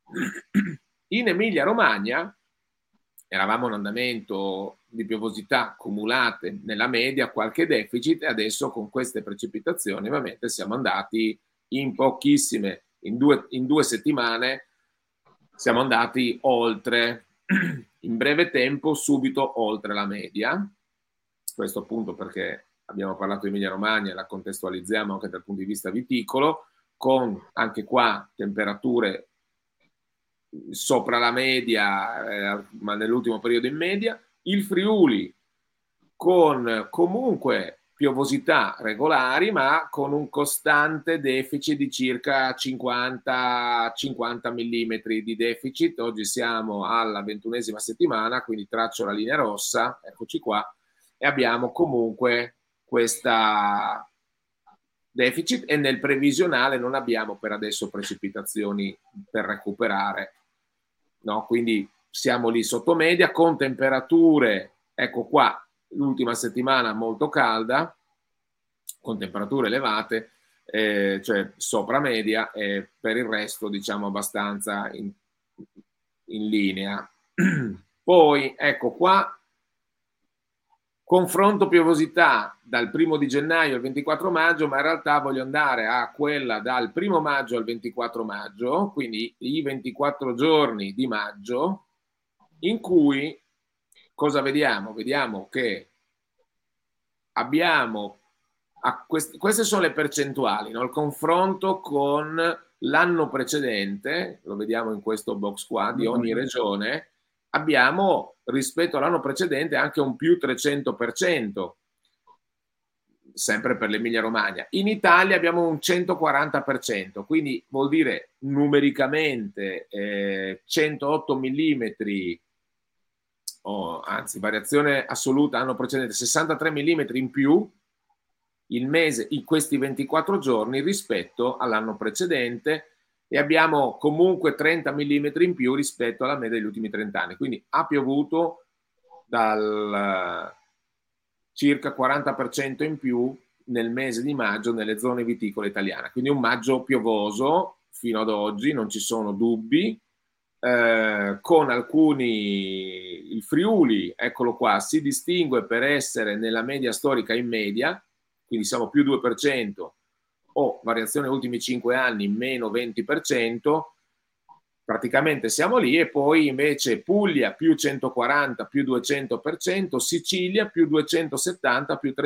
In Emilia-Romagna eravamo in andamento di piovosità accumulate nella media, qualche deficit, e adesso con queste precipitazioni ovviamente siamo andati in pochissime, in due settimane siamo andati oltre, in breve tempo, subito oltre la media. Questo appunto perché abbiamo parlato di Emilia Romagna, la contestualizziamo anche dal punto di vista viticolo, con anche qua temperature sopra la media, ma nell'ultimo periodo in media. Il Friuli con comunque piovosità regolari, ma con un costante deficit di circa 50 mm di deficit. Oggi siamo alla 21esima settimana, quindi traccio la linea rossa, eccoci qua, e abbiamo comunque questa deficit, e nel previsionale non abbiamo per adesso precipitazioni per recuperare, no? Quindi siamo lì sotto media con temperature, ecco qua, l'ultima settimana molto calda, con temperature elevate, cioè sopra media, e per il resto diciamo abbastanza in linea. Poi ecco qua, confronto piovosità dal 1° di gennaio al 24 maggio, ma in realtà voglio andare a quella dal 1° maggio al 24 maggio, quindi i 24 giorni di maggio, in cui cosa vediamo? Vediamo che abbiamo, queste sono le percentuali, no? Il confronto con l'anno precedente, lo vediamo in questo box qua, di ogni regione, abbiamo rispetto all'anno precedente anche un più 300%, sempre per l'Emilia Romagna. In Italia abbiamo un 140%, quindi vuol dire numericamente 108 mm, anzi variazione assoluta anno precedente 63 mm in più il mese in questi 24 giorni rispetto all'anno precedente, e abbiamo comunque 30 mm in più rispetto alla media degli ultimi 30 anni. Quindi ha piovuto dal circa 40% in più nel mese di maggio nelle zone viticole italiane. Quindi un maggio piovoso fino ad oggi, non ci sono dubbi. Con alcuni, il Friuli, eccolo qua, si distingue per essere nella media storica in media, quindi siamo più 2%, o variazione negli ultimi 5 anni meno 20%, praticamente siamo lì. E poi invece Puglia più 140, più 200%, Sicilia più 270, più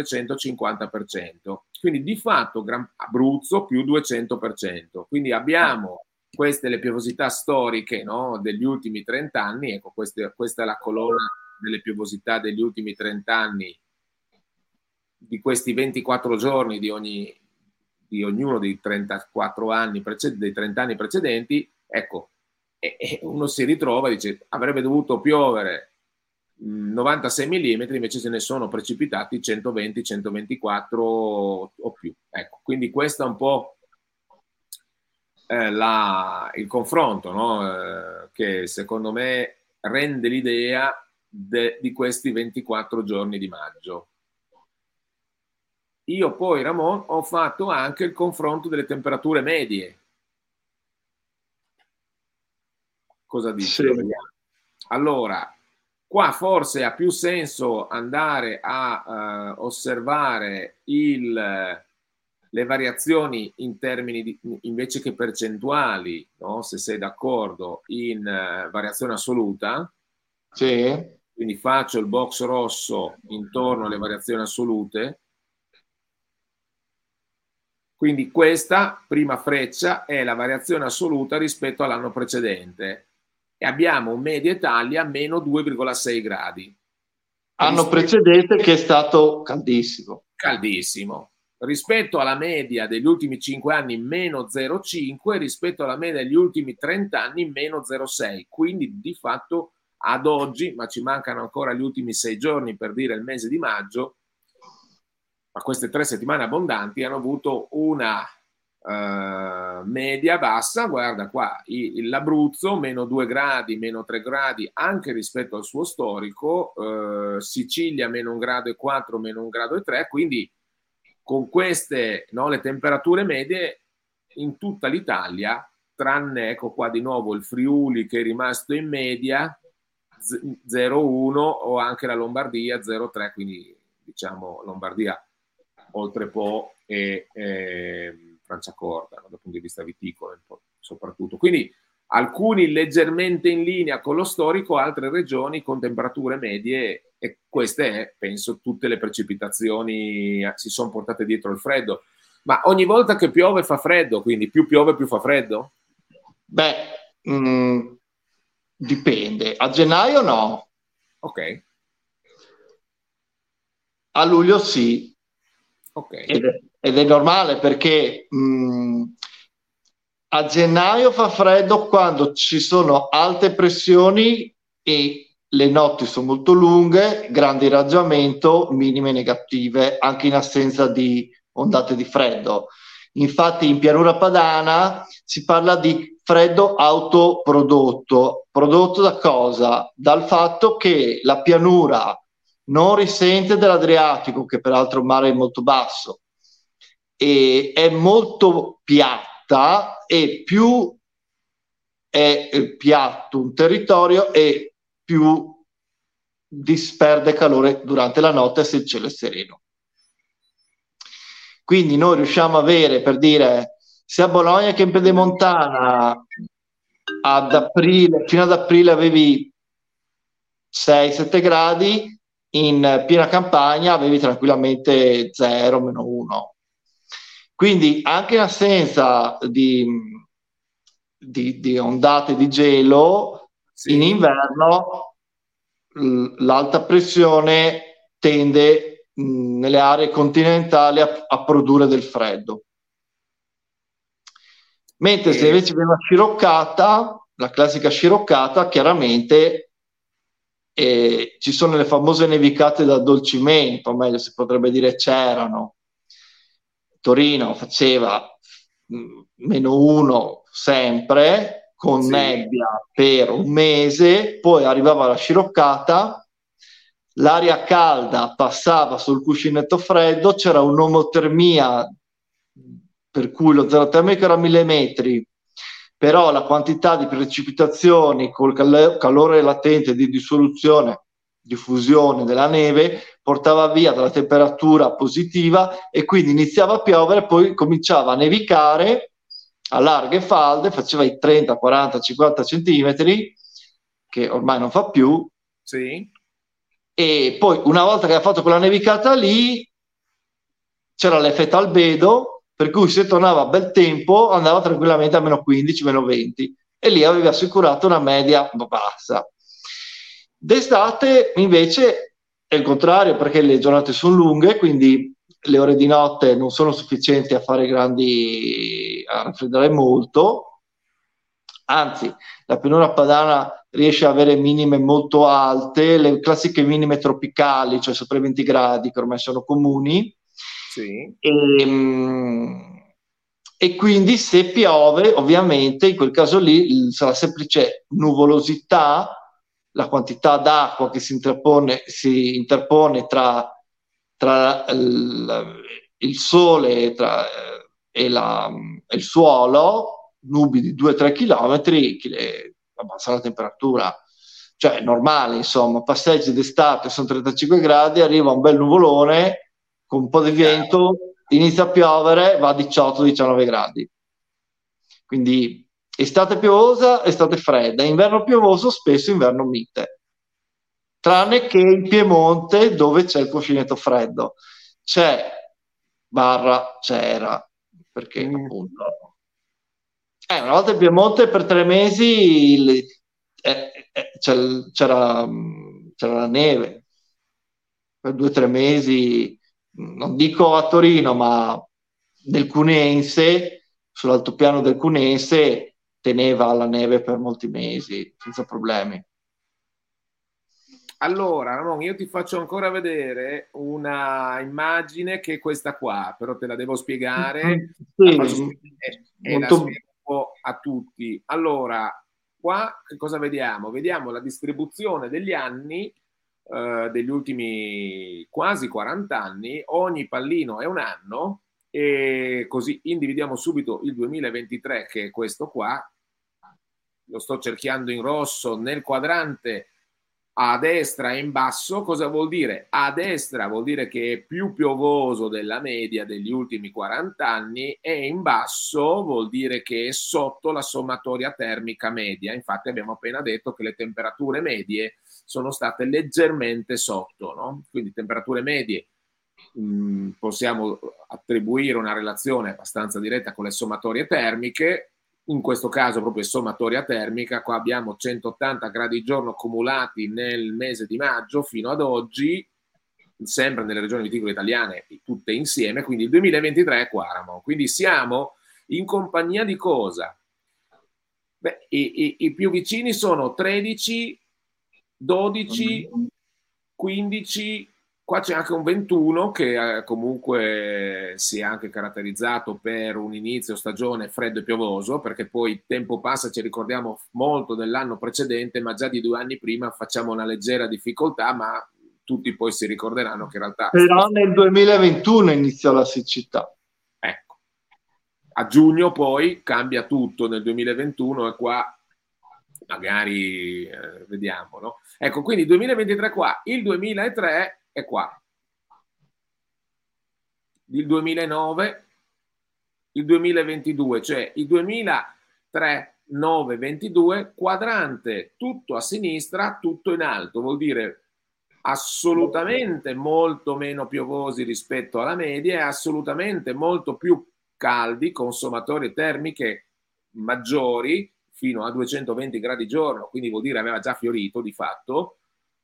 350%. Quindi di fatto Abruzzo più 200%. Quindi abbiamo queste le piovosità storiche, no, degli ultimi 30 anni. Ecco, questa è la colonna delle piovosità degli ultimi 30 anni, di questi 24 giorni di ognuno dei 34 anni dei 30 anni precedenti. Ecco, e uno si ritrova e dice avrebbe dovuto piovere 96 mm, invece se ne sono precipitati 120, 124 o più. Ecco, quindi questo è un po' il confronto, no? Che secondo me rende l'idea di questi 24 giorni di maggio. Io poi, Ramon, ho fatto anche il confronto delle temperature medie. Cosa dici? Sì. Lo vediamo. Allora, qua forse ha più senso andare a osservare le variazioni in termini di, invece che percentuali, no? Se sei d'accordo, in variazione assoluta. Sì. Quindi faccio il box rosso intorno alle variazioni assolute. Quindi questa prima freccia è la variazione assoluta rispetto all'anno precedente e abbiamo un media Italia meno 2,6 gradi. Anno precedente che è stato caldissimo. Caldissimo. Rispetto alla media degli ultimi 5 anni meno 0,5, rispetto alla media degli ultimi 30 anni meno 0,6. Quindi di fatto ad oggi, ma ci mancano ancora gli ultimi 6 giorni per dire il mese di maggio, ma queste 3 settimane abbondanti hanno avuto una media bassa. Guarda qua, l'Abruzzo meno 2 gradi, meno 3 gradi anche rispetto al suo storico, Sicilia meno 1,4 gradi, meno 1,3 gradi, quindi con queste, no, le temperature medie in tutta l'Italia, tranne, ecco qua di nuovo, il Friuli che è rimasto in media 0,1 o anche la Lombardia 0,3, quindi diciamo Lombardia oltre Po e Franciacorta, no, dal punto di vista viticolo soprattutto. Quindi alcuni leggermente in linea con lo storico, altre regioni con temperature medie, e queste, penso, tutte le precipitazioni si sono portate dietro il freddo. Ma ogni volta che piove fa freddo, quindi più piove più fa freddo? Beh, dipende. A gennaio no. Ok. A luglio sì. Ok. Ed è normale perché a gennaio fa freddo quando ci sono alte pressioni e le notti sono molto lunghe, grande irraggiamento, minime negative, anche in assenza di ondate di freddo. Infatti in pianura padana si parla di freddo autoprodotto. Prodotto da cosa? Dal fatto che la pianura non risente dell'Adriatico, che peraltro è un mare molto basso, e è molto piatta, e più è piatto un territorio e più disperde calore durante la notte se il cielo è sereno. Quindi noi riusciamo a avere, per dire, sia a Bologna che in Pedemontana fino ad aprile avevi 6-7 gradi, in piena campagna avevi tranquillamente 0, -1. Quindi anche in assenza di ondate di gelo, sì, in inverno l'alta pressione tende nelle aree continentali a produrre del freddo. Mentre se invece viene una sciroccata, la classica sciroccata, chiaramente ci sono le famose nevicate da dolcimento, o meglio si potrebbe dire c'erano. Torino faceva -1 sempre, con sì, nebbia per un mese, poi arrivava la sciroccata, l'aria calda passava sul cuscinetto freddo, c'era un'omotermia per cui lo zero termico era 1000 metri, però la quantità di precipitazioni col calore latente di dissoluzione, di fusione della neve, portava via dalla temperatura positiva e quindi iniziava a piovere, poi cominciava a nevicare a larghe falde, faceva i 30, 40, 50 centimetri, che ormai non fa più. Sì. E poi una volta che ha fatto quella nevicata lì, c'era l'effetto albedo, per cui se tornava a bel tempo andava tranquillamente a -15, -20, e lì avevi assicurato una media bassa. D'estate invece è il contrario, perché le giornate sono lunghe, quindi le ore di notte non sono sufficienti a raffreddare molto, anzi la pianura padana riesce ad avere minime molto alte, le classiche minime tropicali, cioè sopra i 20 gradi, che ormai sono comuni. Sì. E quindi se piove, ovviamente in quel caso lì sarà semplice nuvolosità, la quantità d'acqua che si interpone tra il sole e il suolo, nubi di 2-3 chilometri, che abbassa la temperatura, cioè normale, insomma, passeggi d'estate, sono 35 gradi, arriva un bel nuvolone, con un po' di vento, inizia a piovere, va a 18-19 gradi. Quindi estate piovosa, estate fredda, inverno piovoso, spesso inverno mite. Tranne che in Piemonte, dove c'è il cuscinetto freddo. C'era, perché appunto... una volta in Piemonte per 3 mesi c'era la neve. Per 2-3 mesi, non dico a Torino, ma nel Cunense, sull'altopiano del Cunense, teneva la neve per molti mesi, senza problemi. Allora, Ramon, io ti faccio ancora vedere una immagine che è questa qua, però te la devo spiegare, sì, la spiego un po' a tutti. Allora, qua che cosa vediamo? Vediamo la distribuzione degli anni, degli ultimi quasi 40 anni, ogni pallino è un anno, e così individuiamo subito il 2023, che è questo qua, lo sto cerchiando in rosso nel quadrante a destra e in basso. Cosa vuol dire? A destra vuol dire che è più piovoso della media degli ultimi 40 anni, e in basso vuol dire che è sotto la sommatoria termica media. Infatti abbiamo appena detto che le temperature medie sono state leggermente sotto, no? Quindi temperature medie possiamo attribuire una relazione abbastanza diretta con le sommatorie termiche. In questo caso proprio sommatoria termica, qua abbiamo 180 gradi giorno accumulati nel mese di maggio fino ad oggi, sempre nelle regioni viticole italiane, tutte insieme, quindi il 2023 è qua, Ramon. Quindi siamo in compagnia di cosa? Beh, i più vicini sono 13, 12, 15, qua c'è anche un 21 che comunque si è anche caratterizzato per un inizio stagione freddo e piovoso, perché poi il tempo passa, ci ricordiamo molto dell'anno precedente, ma già di 2 anni prima facciamo una leggera difficoltà, ma tutti poi si ricorderanno che in realtà... Però nel 2021 iniziò la siccità. Ecco, a giugno poi cambia tutto nel 2021 e qua magari vediamo, no? Ecco, quindi 2023 qua, il 2003 è qua, il 2009, il 2022, cioè il 2003, 9, 22, quadrante tutto a sinistra, tutto in alto, vuol dire assolutamente molto meno piovosi rispetto alla media e assolutamente molto più caldi, con sommatorie termiche maggiori fino a 220 gradi giorno, quindi vuol dire aveva già fiorito di fatto.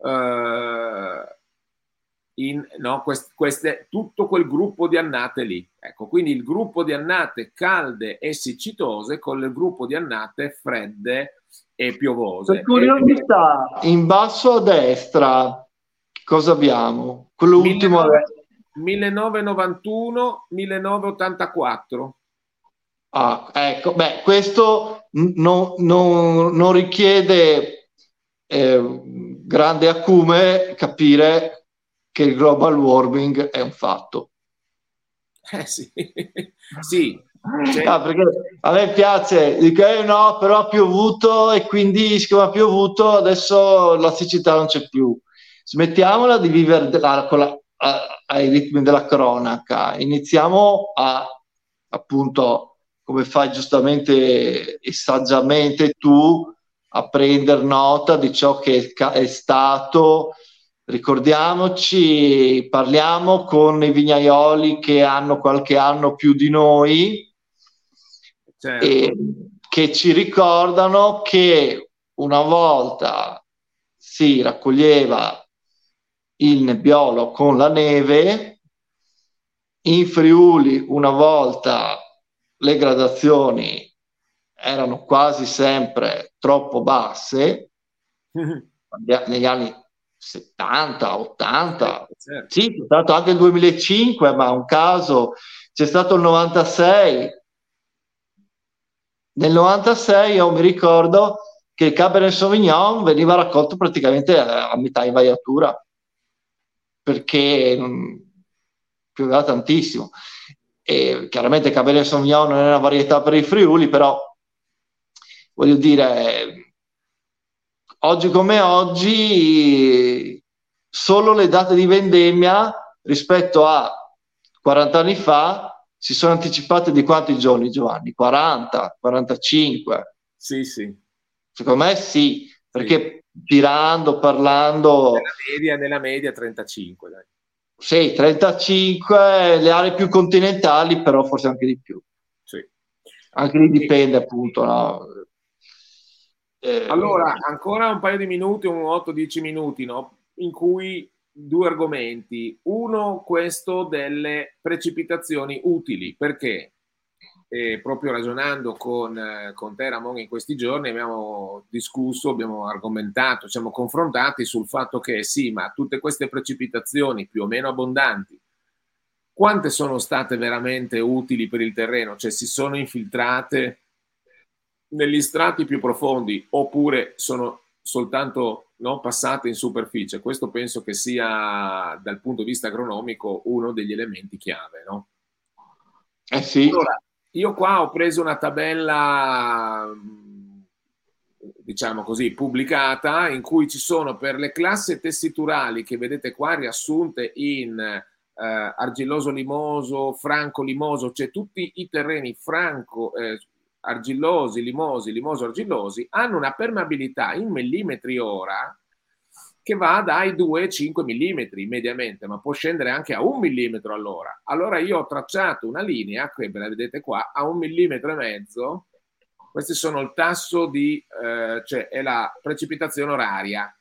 Tutto quel gruppo di annate lì. Ecco, quindi il gruppo di annate calde e siccitose con il gruppo di annate fredde e piovose. Per curiosità, in basso a destra cosa abbiamo? Quello ultimo 1991, 1984. Ah, ecco, beh, questo non richiede grande acume capire che il global warming è un fatto. Sì, sì. No, perché a me piace, dico no, però ha piovuto e quindi siccome ha piovuto adesso la siccità non c'è più. Smettiamola di vivere ai ritmi della cronaca, iniziamo appunto, come fai giustamente e saggiamente tu, a prendere nota di ciò che è stato. Ricordiamoci, parliamo con i vignaioli che hanno qualche anno più di noi, certo, e che ci ricordano che una volta si raccoglieva il nebbiolo con la neve, in Friuli una volta le gradazioni erano quasi sempre troppo basse, negli anni 70, 80, certo. Sì, c'è stato anche il 2005, ma un caso, c'è stato il 96. Nel 96 io mi ricordo che il Cabernet Sauvignon veniva raccolto praticamente a metà invaiatura, perché pioveva tantissimo. E chiaramente il Cabernet Sauvignon non è una varietà per i Friuli, però voglio dire, oggi come oggi, solo le date di vendemmia rispetto a 40 anni fa si sono anticipate di quanti giorni, Giovanni? 40, 45? Sì, sì, Secondo me sì, sì. perché girando, parlando, Nella media 35, dai. sì, 35, le aree più continentali, però forse anche di più. Sì. Anche lì dipende appunto, no? Allora, ancora un paio di minuti, un 8-10 minuti, no? In cui due argomenti. Uno, questo delle precipitazioni utili, perché proprio ragionando con te, Ramon, in questi giorni abbiamo discusso, abbiamo argomentato, siamo confrontati sul fatto che sì, ma tutte queste precipitazioni più o meno abbondanti, quante sono state veramente utili per il terreno? Cioè si sono infiltrate negli strati più profondi oppure sono soltanto, no, passate in superficie? Questo penso che sia dal punto di vista agronomico uno degli elementi chiave, no? eh sì, Allora, io qua ho preso una tabella, diciamo così, pubblicata in cui ci sono per le classi tessiturali che vedete qua riassunte in argilloso limoso, franco limoso, cioè tutti i terreni franco, argillosi, limosi, limoso argillosi, hanno una permeabilità in millimetri ora che va dai 2-5 millimetri mediamente, ma può scendere anche a 1 millimetro all'ora. Allora io ho tracciato una linea, che ve la vedete qua, a 1,5 mm. Questi sono il tasso di, cioè è la precipitazione oraria.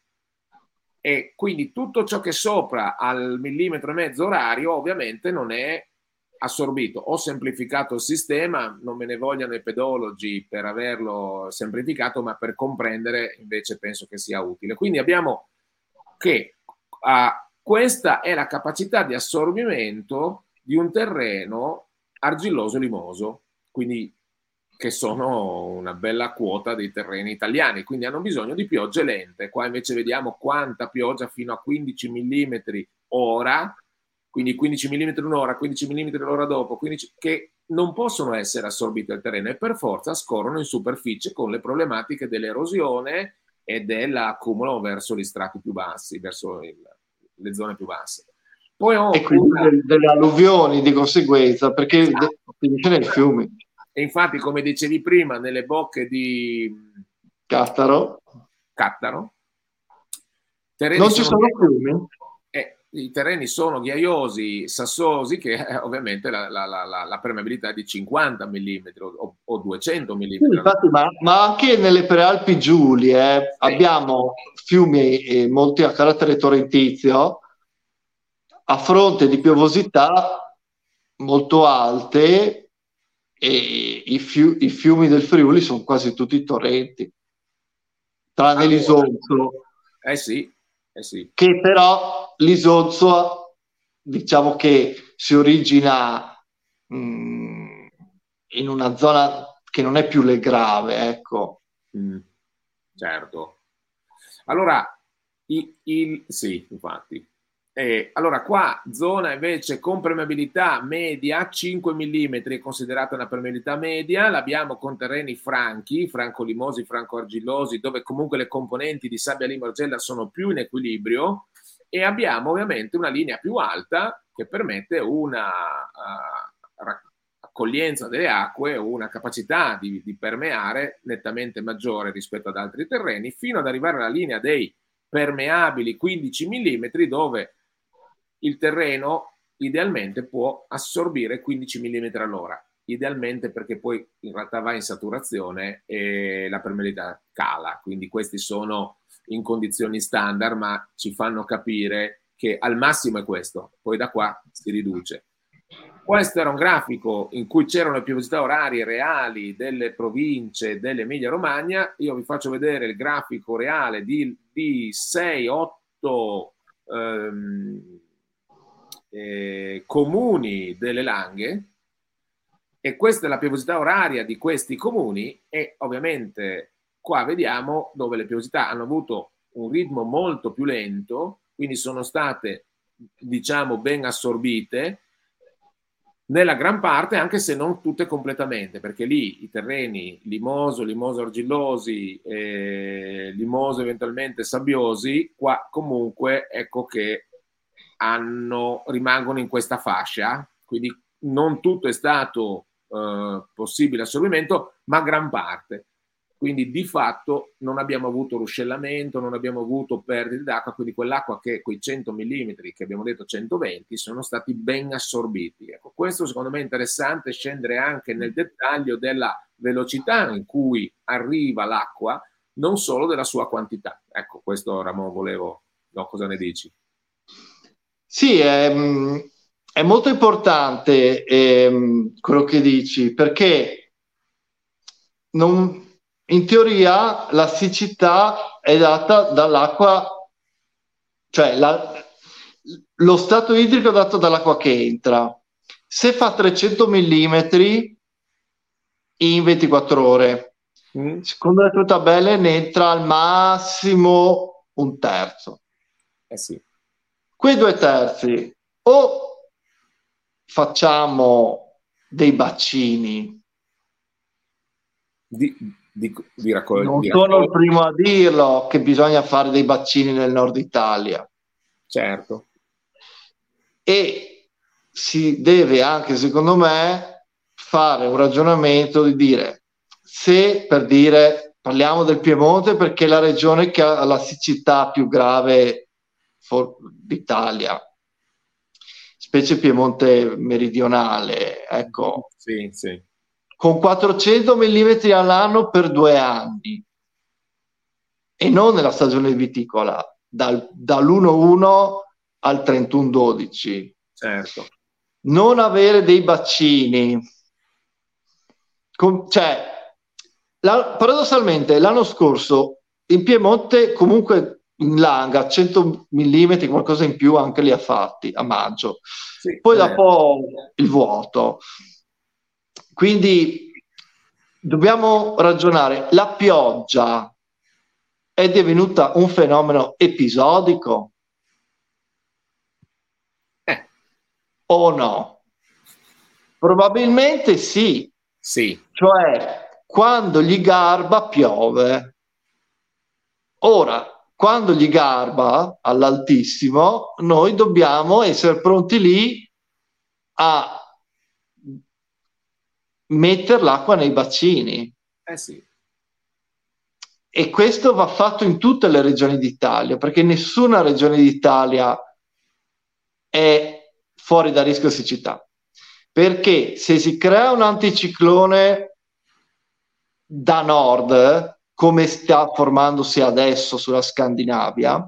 E quindi tutto ciò che sopra al 1,5 mm orario ovviamente non è assorbito. Ho semplificato il sistema, non me ne vogliano i pedologi per averlo semplificato, ma per comprendere invece penso che sia utile. Quindi abbiamo che questa è la capacità di assorbimento di un terreno argilloso limoso, quindi che sono una bella quota dei terreni italiani, quindi hanno bisogno di piogge lente. Qua invece vediamo quanta pioggia fino a 15 mm ora, quindi 15 mm un'ora, 15 mm l'ora dopo, 15, che non possono essere assorbite dal terreno e per forza scorrono in superficie con le problematiche dell'erosione e dell'accumulo verso gli strati più bassi, verso le zone più basse. Poi e ho quindi una... delle alluvioni di conseguenza, perché Esatto, finisce nei esatto. fiumi. E infatti, come dicevi prima, nelle bocche di Cattaro. Cattaro, terreni Non ci sono sono fiumi? i terreni sono ghiaiosi, sassosi, che ovviamente la permeabilità è di 50 mm o 200 Sì, mm. infatti, ma anche nelle prealpi Giulie Sì. abbiamo fiumi molti a carattere torrentizio a fronte di piovosità molto alte e i fiumi del Friuli sono quasi tutti torrenti, tranne Allora, l'Isonzo, sì, sì. che però l'Isonzo diciamo che si origina mh, in una zona che non è più le grave, ecco. Mm, certo. Allora, sì, infatti. Allora, qua zona invece con permeabilità media, 5 mm è considerata una permeabilità media, l'abbiamo con terreni franchi, franco-limosi, franco-argillosi, dove comunque le componenti di sabbia, limo e argilla sono più in equilibrio, e abbiamo ovviamente una linea più alta che permette una accoglienza delle acque o una capacità di permeare nettamente maggiore rispetto ad altri terreni, fino ad arrivare alla linea dei permeabili 15 mm, dove il terreno idealmente può assorbire 15 mm all'ora. Idealmente perché poi in realtà va in saturazione e la permeabilità cala, quindi questi sono in condizioni standard, ma ci fanno capire che al massimo è questo, poi da qua si riduce. Questo era un grafico in cui c'erano le piovosità orarie reali delle province dell'Emilia Romagna. Io vi faccio vedere il grafico reale di 6-8 comuni delle Langhe, e questa è la piovosità oraria di questi comuni e ovviamente qua vediamo dove le piovosità hanno avuto un ritmo molto più lento, quindi sono state, diciamo, ben assorbite nella gran parte, anche se non tutte completamente, perché lì i terreni limoso, limoso argillosi, limoso eventualmente sabbiosi, qua comunque ecco che rimangono in questa fascia, quindi non tutto è stato possibile assorbimento, ma gran parte. Quindi di fatto non abbiamo avuto ruscellamento, non abbiamo avuto perdite d'acqua, quindi quell'acqua che quei 100 mm, che abbiamo detto 120, sono stati ben assorbiti. Ecco, questo secondo me è interessante, scendere anche nel dettaglio della velocità in cui arriva l'acqua, non solo della sua quantità. Ecco, questo Ramon volevo, no, cosa ne dici? Sì, è molto importante quello che dici, perché in teoria la siccità è data dall'acqua, cioè lo stato idrico è dato dall'acqua che entra. Se fa 300 mm in 24 ore, secondo le tue tabelle ne entra al massimo un terzo. Sì. Quei 2 terzi o facciamo dei bacini. Di raccogliere. Non sono il primo a dirlo che bisogna fare dei bacini nel nord Italia. Certo. E si deve anche, secondo me, fare un ragionamento di dire, se per dire, parliamo del Piemonte perché è la regione che ha la siccità più grave d'Italia, specie Piemonte meridionale, ecco, sì, sì. Con 400 mm all'anno per 2 anni e non nella stagione viticola, dall'1-1 al 31-12. Certo. Non avere dei bacini, cioè, paradossalmente l'anno scorso in Piemonte comunque in Langa 100 mm, qualcosa in più anche li ha fatti a maggio. Sì, poi dopo il vuoto. Quindi dobbiamo ragionare. La pioggia è divenuta un fenomeno episodico o no? Probabilmente sì. Sì. Cioè, quando gli garba piove. Ora, quando gli garba all'altissimo, noi dobbiamo essere pronti lì a mettere l'acqua nei bacini. Sì. E questo va fatto in tutte le regioni d'Italia, perché nessuna regione d'Italia è fuori da rischio siccità. Perché se si crea un anticiclone da nord, come sta formandosi adesso sulla Scandinavia,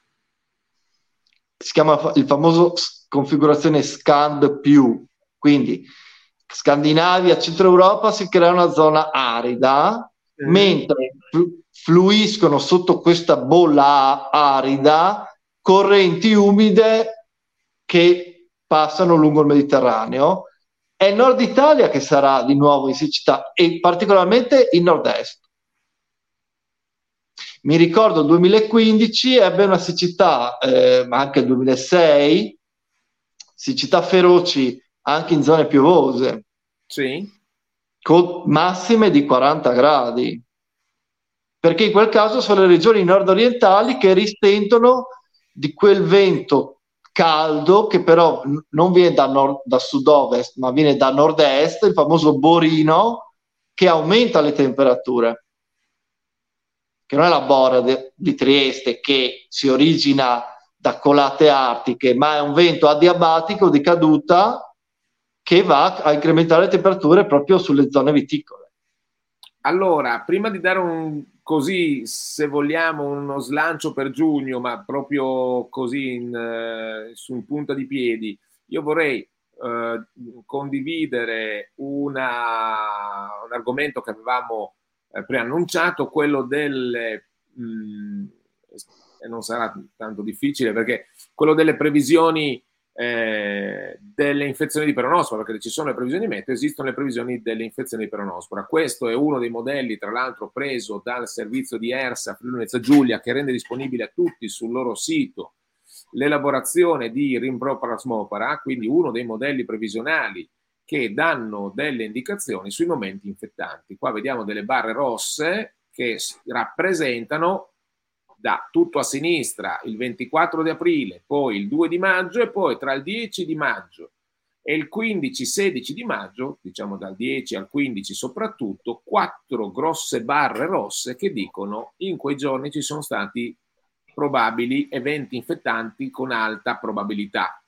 si chiama il famoso configurazione Scand+, quindi Scandinavia, Centro Europa si crea una zona arida, mentre fluiscono sotto questa bolla arida correnti umide che passano lungo il Mediterraneo. È il nord Italia che sarà di nuovo in siccità e particolarmente il nord-est. Mi ricordo il 2015 ebbe una siccità, ma anche il 2006, siccità feroci anche in zone piovose, sì, con massime di 40 gradi, perché in quel caso sono le regioni nord-orientali che risentono di quel vento caldo che però non viene da sud-ovest, ma viene da nord-est, il famoso borino, che aumenta le temperature. Che non è la bora di Trieste che si origina da colate artiche, ma è un vento adiabatico di caduta che va a incrementare le temperature proprio sulle zone viticole. Allora, prima di dare così, se vogliamo, uno slancio per giugno, ma proprio così su in punta di piedi, io vorrei condividere un argomento che avevamo preannunciato, quello delle, e non sarà tanto difficile perché quello delle previsioni delle infezioni di peronospora, perché ci sono le previsioni meteo, esistono le previsioni delle infezioni di peronospora. Questo è uno dei modelli, tra l'altro, preso dal servizio di ERSA Friuli Venezia Giulia, che rende disponibile a tutti sul loro sito l'elaborazione di rimproparasmopara, quindi uno dei modelli previsionali che danno delle indicazioni sui momenti infettanti. Qua vediamo delle barre rosse che rappresentano da tutto a sinistra il 24 di aprile, poi il 2 di maggio e poi tra il 10 di maggio e il 15-16 di maggio, diciamo dal 10 al 15 soprattutto, 4 grosse barre rosse che dicono in quei giorni ci sono stati probabili eventi infettanti con alta probabilità.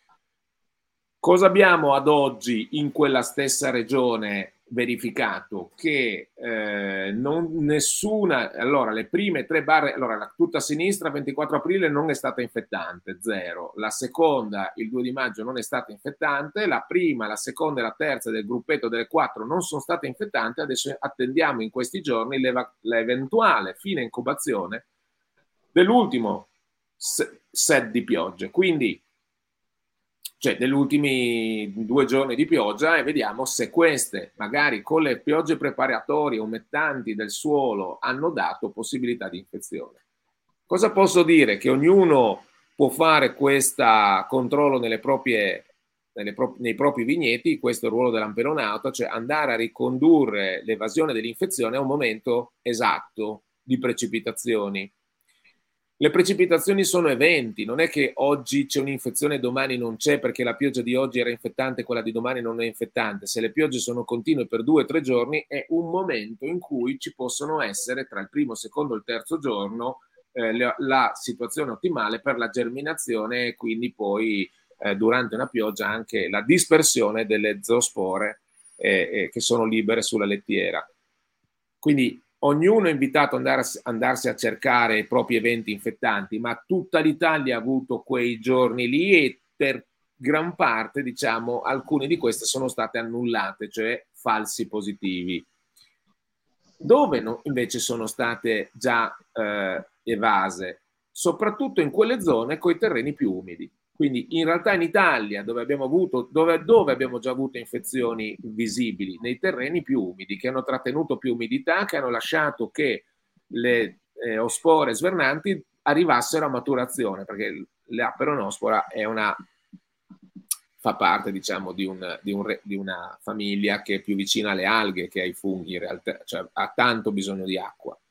Cosa abbiamo ad oggi in quella stessa regione verificato? Che nessuna, allora le prime 3 barre, allora tutta a sinistra 24 aprile non è stata infettante, 0, la seconda il 2 di maggio non è stata infettante, la prima, la seconda e la terza del gruppetto delle 4 non sono state infettanti, adesso attendiamo in questi giorni l'eventuale fine incubazione dell'ultimo set di piogge, quindi cioè degli ultimi 2 giorni di pioggia, e vediamo se queste, magari con le piogge preparatorie umettanti del suolo, hanno dato possibilità di infezione. Cosa posso dire? Che ognuno può fare questo controllo nei propri vigneti, questo è il ruolo dell'amperonauta, cioè andare a ricondurre l'evasione dell'infezione a un momento esatto di precipitazioni. Le precipitazioni sono eventi, non è che oggi c'è un'infezione e domani non c'è perché la pioggia di oggi era infettante e quella di domani non è infettante. Se le piogge sono continue per 2 o 3 giorni è un momento in cui ci possono essere tra il primo, secondo e il terzo giorno la situazione ottimale per la germinazione e quindi poi durante una pioggia anche la dispersione delle zoospore che sono libere sulla lettiera. Quindi ognuno è invitato ad andarsi a cercare i propri eventi infettanti, ma tutta l'Italia ha avuto quei giorni lì e per gran parte, diciamo, alcune di queste sono state annullate, cioè falsi positivi. Dove invece sono state già evase? Soprattutto in quelle zone con i terreni più umidi. Quindi in realtà in Italia, dove abbiamo già avuto infezioni visibili, nei terreni più umidi, che hanno trattenuto più umidità, che hanno lasciato che le ospore svernanti arrivassero a maturazione, perché la peronospora fa parte, diciamo, di una famiglia che è più vicina alle alghe che ai funghi, in realtà, cioè ha tanto bisogno di acqua.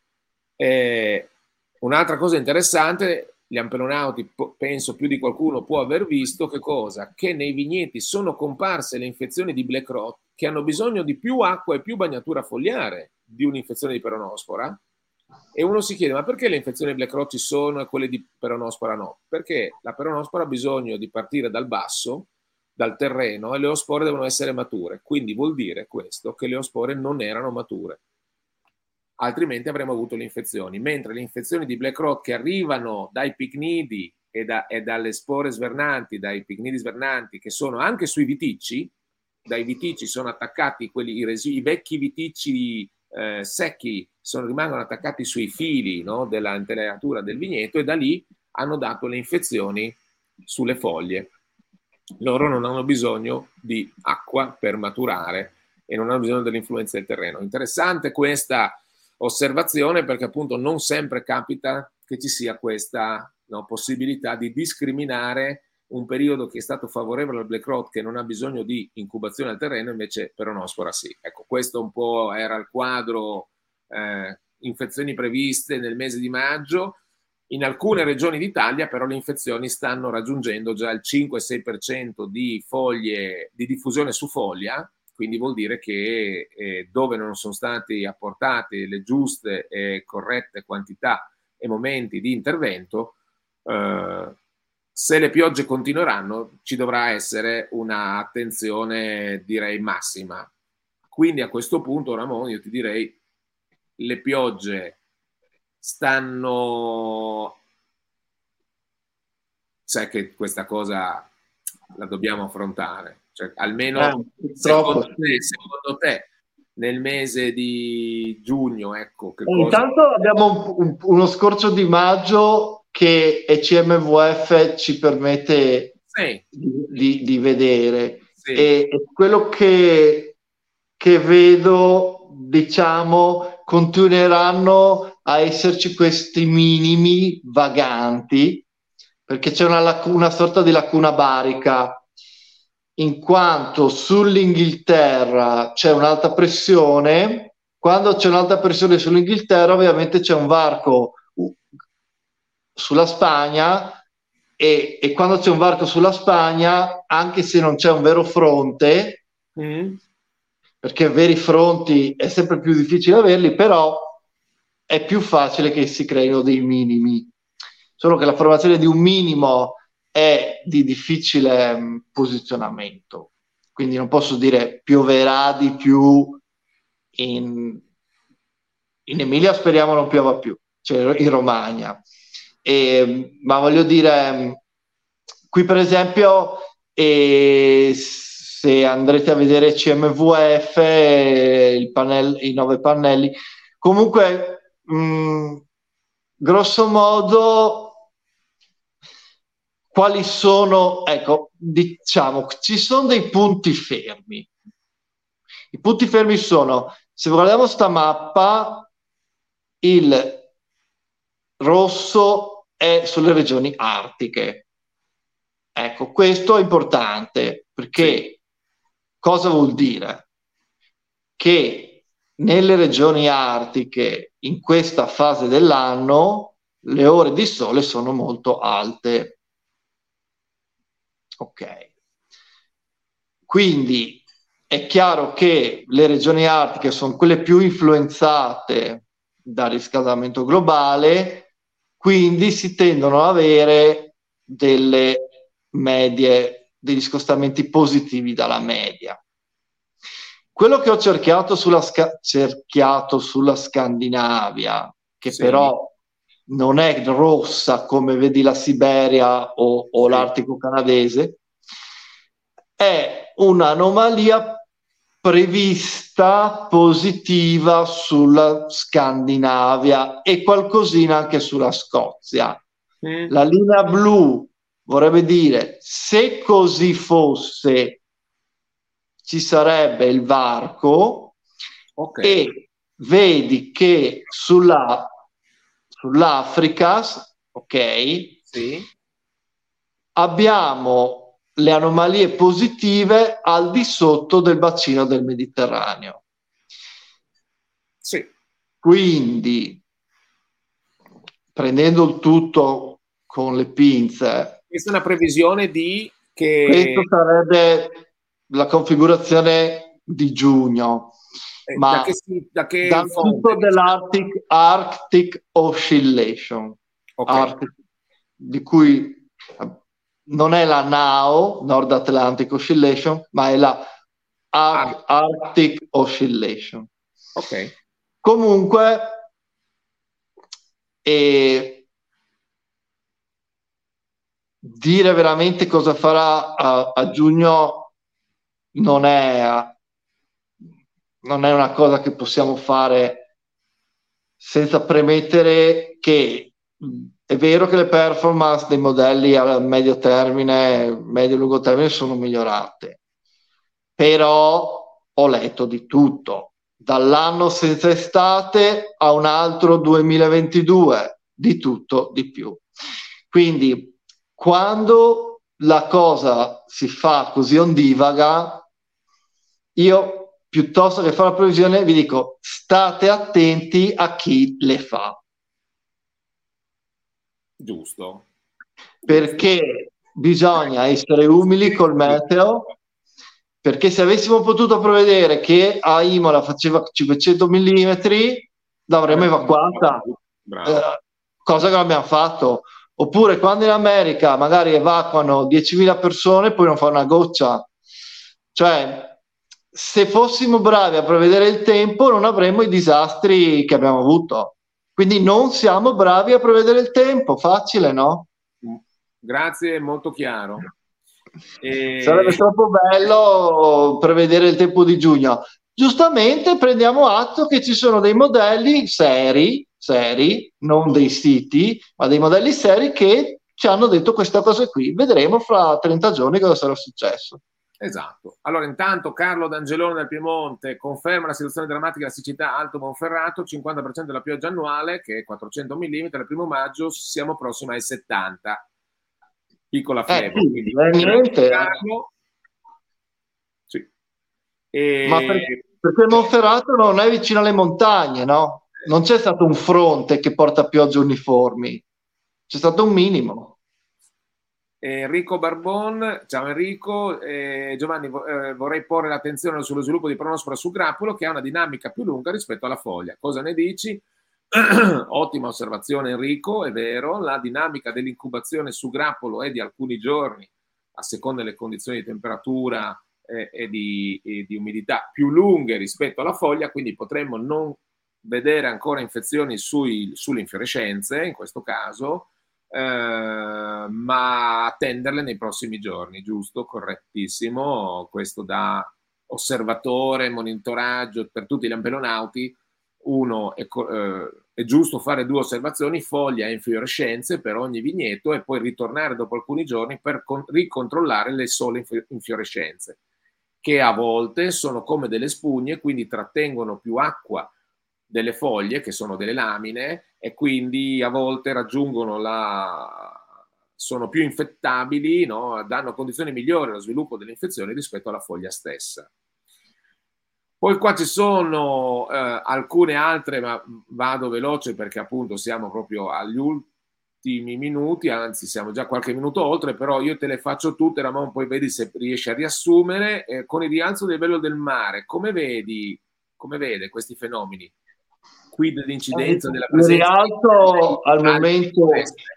Un'altra cosa interessante, gli amperonauti, penso più di qualcuno può aver visto, che cosa? Che nei vigneti sono comparse le infezioni di black rot che hanno bisogno di più acqua e più bagnatura fogliare di un'infezione di peronospora, e uno si chiede: ma perché le infezioni di black rot ci sono e quelle di peronospora no? Perché la peronospora ha bisogno di partire dal basso, dal terreno, e le ospore devono essere mature, quindi vuol dire questo che le ospore non erano mature, altrimenti avremmo avuto le infezioni, mentre le infezioni di black rot che arrivano dai picnidi e dalle spore svernanti, dai picnidi svernanti, che sono anche sui viticci, dai viticci sono attaccati i vecchi viticci secchi rimangono attaccati sui fili, no, della intelaiatura del vigneto, e da lì hanno dato le infezioni sulle foglie. Loro non hanno bisogno di acqua per maturare e non hanno bisogno dell'influenza del terreno. Interessante questa osservazione, perché appunto non sempre capita che ci sia questa possibilità di discriminare un periodo che è stato favorevole al black rot, che non ha bisogno di incubazione al terreno, invece peronospora sì. Ecco, questo un po' era il quadro infezioni previste nel mese di maggio. In alcune regioni d'Italia però le infezioni stanno raggiungendo già il 5-6% di foglie di diffusione su foglia, quindi vuol dire che dove non sono stati apportate le giuste e corrette quantità e momenti di intervento, se le piogge continueranno ci dovrà essere un'attenzione, direi, massima. Quindi a questo punto, Ramon, io ti direi le piogge stanno... Sai che questa cosa la dobbiamo affrontare, cioè, almeno secondo te nel mese di giugno, ecco, che cosa... Intanto abbiamo uno scorcio di maggio che ECMWF ci permette Sì, di vedere. sì. E quello che vedo, diciamo, continueranno a esserci questi minimi vaganti, perché c'è una sorta di lacuna barica, in quanto sull'Inghilterra c'è un'alta pressione. Quando c'è un'alta pressione sull'Inghilterra, ovviamente c'è un varco sulla Spagna, e quando c'è un varco sulla Spagna, anche se non c'è un vero fronte, perché veri fronti è sempre più difficile averli, però è più facile che si creino dei minimi. Solo che la formazione di un minimo è di difficile posizionamento, quindi non posso dire pioverà di più in Emilia, speriamo non piova più, cioè in Romagna. Ma voglio dire, qui per esempio, se andrete a vedere CMVF, i 9 pannelli, comunque, grosso modo, quali sono, ecco, diciamo, ci sono dei punti fermi. I punti fermi sono, se guardiamo sta mappa, il rosso è sulle regioni artiche. Ecco, questo è importante, perché cosa vuol dire? Che nelle regioni artiche, in questa fase dell'anno, le ore di sole sono molto alte. Ok. Quindi è chiaro che le regioni artiche sono quelle più influenzate dal riscaldamento globale, quindi si tendono ad avere delle medie, degli scostamenti positivi dalla media. Quello che ho cerchiato sulla Scandinavia, che però non è rossa come vedi la Siberia o l'Artico canadese, è un'anomalia prevista positiva sulla Scandinavia e qualcosina anche sulla Scozia. La linea blu vorrebbe dire, se così fosse, ci sarebbe il varco, e vedi che sull'Africa, abbiamo le anomalie positive al di sotto del bacino del Mediterraneo. Quindi, prendendo il tutto con le pinze, questa è una previsione di che... Questo sarebbe la configurazione di giugno, ma dal tutto dell'Arctic Oscillation, di cui non è la NAO, Nord Atlantic Oscillation, ma è la Arctic Oscillation. Comunque, dire veramente cosa farà a giugno non è una cosa che possiamo fare senza premettere che è vero che le performance dei modelli a medio termine, medio e lungo termine sono migliorate, però ho letto di tutto, dall'anno senza estate a un altro 2022, di tutto, di più. Quindi quando la cosa si fa così ondivaga, io piuttosto che fare la previsione vi dico, state attenti a chi le fa. Giusto. Perché bisogna essere umili col meteo, perché se avessimo potuto prevedere che a Imola faceva 500 mm, l'avremmo evacuata, cosa che non abbiamo fatto. Oppure quando in America magari evacuano 10.000 persone, poi non fa una goccia. Cioè, se fossimo bravi a prevedere il tempo, non avremmo i disastri che abbiamo avuto. Quindi non siamo bravi a prevedere il tempo, facile, no? Grazie, molto chiaro. Sarebbe troppo bello prevedere il tempo di giugno. Giustamente prendiamo atto che ci sono dei modelli seri, non dei siti, ma dei modelli seri che ci hanno detto questa cosa qui, vedremo fra 30 giorni cosa sarà successo. Esatto. Allora, intanto Carlo D'Angelone del Piemonte conferma la situazione drammatica della siccità Alto Monferrato, 50% della pioggia annuale, che è 400 mm, il 1 maggio siamo prossimi ai 70. Piccola fiebre. Sì, Quindi, niente. Carlo, sì. Ma perché Monferrato non è vicino alle montagne, no? Non c'è stato un fronte che porta piogge uniformi, c'è stato un minimo. Enrico Barbon, ciao Enrico. Giovanni, vorrei porre l'attenzione sullo sviluppo di Pronospora su grappolo che ha una dinamica più lunga rispetto alla foglia. Cosa ne dici? Ottima osservazione Enrico, è vero, la dinamica dell'incubazione su grappolo è di alcuni giorni a seconda delle condizioni di temperatura e di umidità più lunghe rispetto alla foglia, quindi potremmo non vedere ancora infezioni sulle infiorescenze in questo caso, ma attenderle nei prossimi giorni, giusto? Correttissimo, questo da osservatore, monitoraggio per tutti gli ampelonauti. Uno è giusto fare 2 osservazioni, foglia e infiorescenze per ogni vigneto e poi ritornare dopo alcuni giorni per ricontrollare le sole infiorescenze, che a volte sono come delle spugne, quindi trattengono più acqua delle foglie, che sono delle lamine, e quindi a volte sono più infettabili, no? Danno condizioni migliori allo sviluppo delle infezioni rispetto alla foglia stessa. Poi qua ci sono alcune altre, ma vado veloce perché appunto siamo proprio agli ultimi minuti, anzi siamo già qualche minuto oltre, però io te le faccio tutte, Ramon, poi vedi se riesci a riassumere. Con il rialzo del livello del mare, come vede questi fenomeni? Qui dell'incidenza della Il presenza rialzo al momento,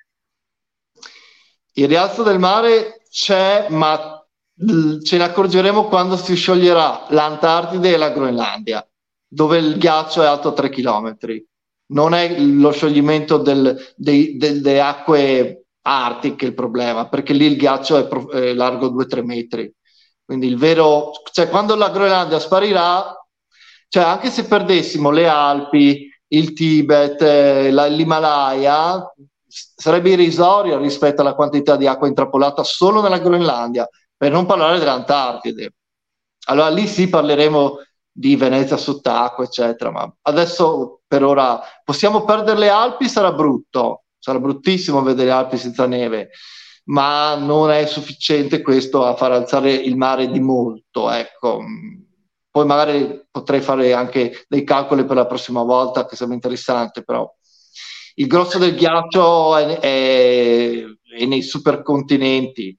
il rialzo del mare c'è, ma ce ne accorgeremo quando si scioglierà l'Antartide e la Groenlandia, dove il ghiaccio è alto 3 chilometri. Non è lo scioglimento delle acque artiche il problema, perché lì il ghiaccio è largo 2-3 metri. Quindi cioè quando la Groenlandia sparirà, cioè anche se perdessimo le Alpi, il Tibet, l'Himalaya, sarebbe irrisorio rispetto alla quantità di acqua intrappolata solo nella Groenlandia, per non parlare dell'Antartide. Allora lì sì parleremo di Venezia sott'acqua, eccetera, ma adesso per ora possiamo perdere le Alpi, sarà brutto, sarà bruttissimo vedere le Alpi senza neve, ma non è sufficiente questo a far alzare il mare di molto, ecco. Poi magari potrei fare anche dei calcoli per la prossima volta, che sembra interessante, però il grosso del ghiaccio è nei supercontinenti.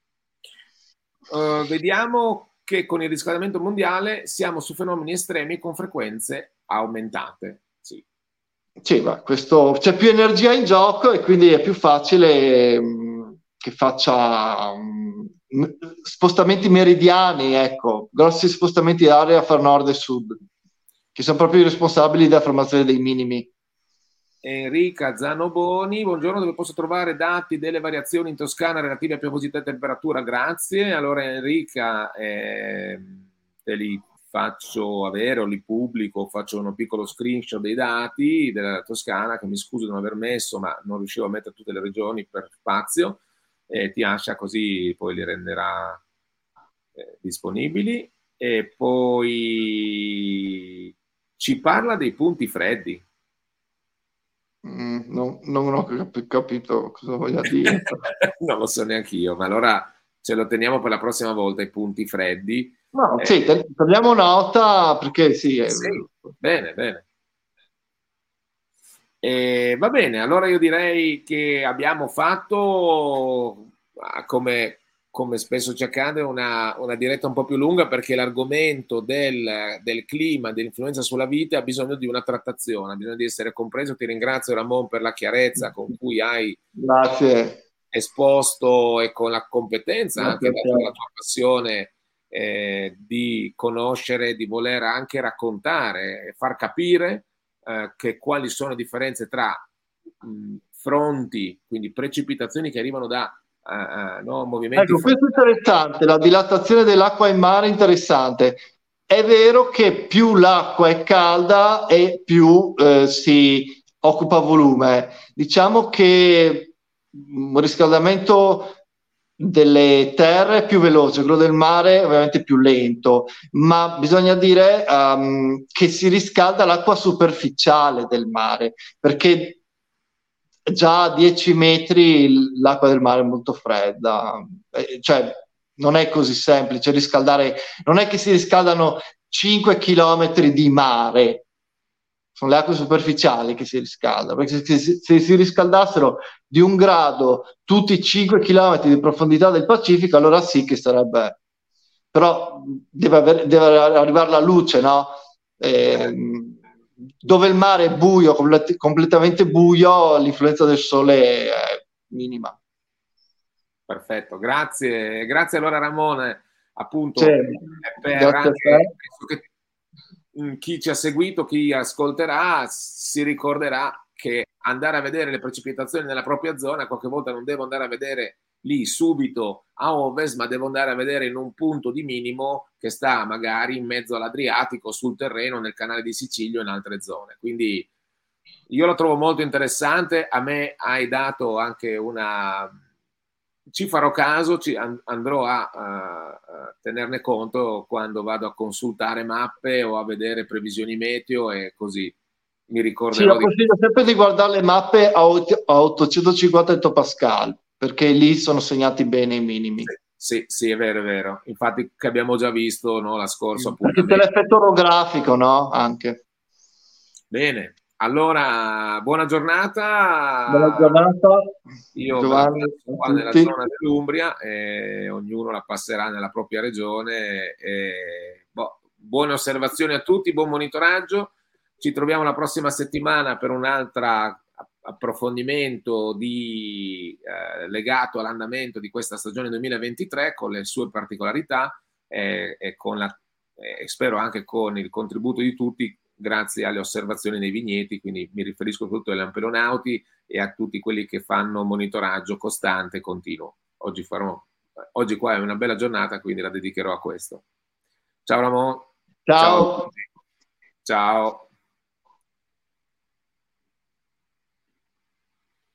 Vediamo che con il riscaldamento mondiale siamo su fenomeni estremi con frequenze aumentate. Sì. Sì, ma c'è più energia in gioco e quindi è più facile che faccia spostamenti meridiani, ecco, grossi spostamenti d'area fra nord e sud, che sono proprio i responsabili della formazione dei minimi. Enrica Zanoboni, buongiorno, dove posso trovare dati delle variazioni in Toscana relative a piovosità e temperatura? Grazie. Allora Enrica, te li faccio avere o li pubblico, faccio un piccolo screenshot dei dati della Toscana, che mi scuso di non aver messo, ma non riuscivo a mettere tutte le regioni per spazio, e ti lascia così poi li renderà disponibili. E poi ci parla dei punti freddi. Non ho capito cosa voglia dire. Non lo so neanche io, ma allora ce lo teniamo per la prossima volta, i punti freddi. No, sì, prendiamo nota perché sì. Sì, bene, bene. Va bene, allora io direi che abbiamo fatto, come spesso ci accade, una diretta un po' più lunga, perché l'argomento del clima, dell'influenza sulla vita ha bisogno di una trattazione, ha bisogno di essere compreso. Ti ringrazio Ramon per la chiarezza con cui hai esposto e con la competenza, anche la tua passione di conoscere, di voler anche raccontare e far capire quali sono le differenze tra fronti, quindi precipitazioni che arrivano da movimenti. Ecco, questo è interessante, la dilatazione dell'acqua in mare è interessante. È vero che più l'acqua è calda e più si occupa volume. Diciamo che un riscaldamento delle terre più veloce, quello del mare ovviamente più lento, ma bisogna dire che si riscalda l'acqua superficiale del mare, perché già a 10 metri l'acqua del mare è molto fredda. Cioè non è così semplice riscaldare, non è che si riscaldano 5 chilometri di mare, sono le acque superficiali che si riscaldano, perché se si riscaldassero di 1 grado tutti i 5 chilometri di profondità del Pacifico, allora sì che sarebbe, però deve arrivare la luce, no? Dove il mare è buio, completamente buio, l'influenza del sole è minima. Perfetto, grazie, grazie allora Ramone, Sì, appunto per grazie a te. anche penso che chi ci ha seguito, chi ascolterà, si ricorderà che andare a vedere le precipitazioni nella propria zona, qualche volta non devo andare a vedere lì subito a ovest, ma devo andare a vedere in un punto di minimo che sta magari in mezzo all'Adriatico, sul terreno, nel canale di Sicilia o in altre zone. Quindi io lo trovo molto interessante, a me hai dato anche una... Ci farò caso, andrò a tenerne conto quando vado a consultare mappe o a vedere previsioni meteo e così mi Sì, ricorderò io di... consiglio sempre di guardare le mappe a 850 ettopascal, perché lì sono segnati bene i minimi. Sì, sì, è vero, è vero. Infatti che abbiamo già visto, no, la scorsa Perché c'è appuntamento. l'effetto orografico, no? Anche. Bene, allora buona Buona giornata. giornata, Io me la Giovanni, passo a qua nella tutti. zona dell'Umbria e ognuno la passerà nella propria regione. E, boh, buone osservazioni a tutti, buon monitoraggio. Ci troviamo la prossima settimana per un altro approfondimento legato all'andamento di questa stagione 2023 con le sue particolarità e con spero anche con il contributo di tutti grazie alle osservazioni nei vigneti, quindi mi riferisco soprattutto ai lampelonauti e a tutti quelli che fanno monitoraggio costante e continuo. Oggi qua è una bella giornata, quindi la dedicherò a questo. Ciao Ramon, ciao a Ciao. tutti. Ciao.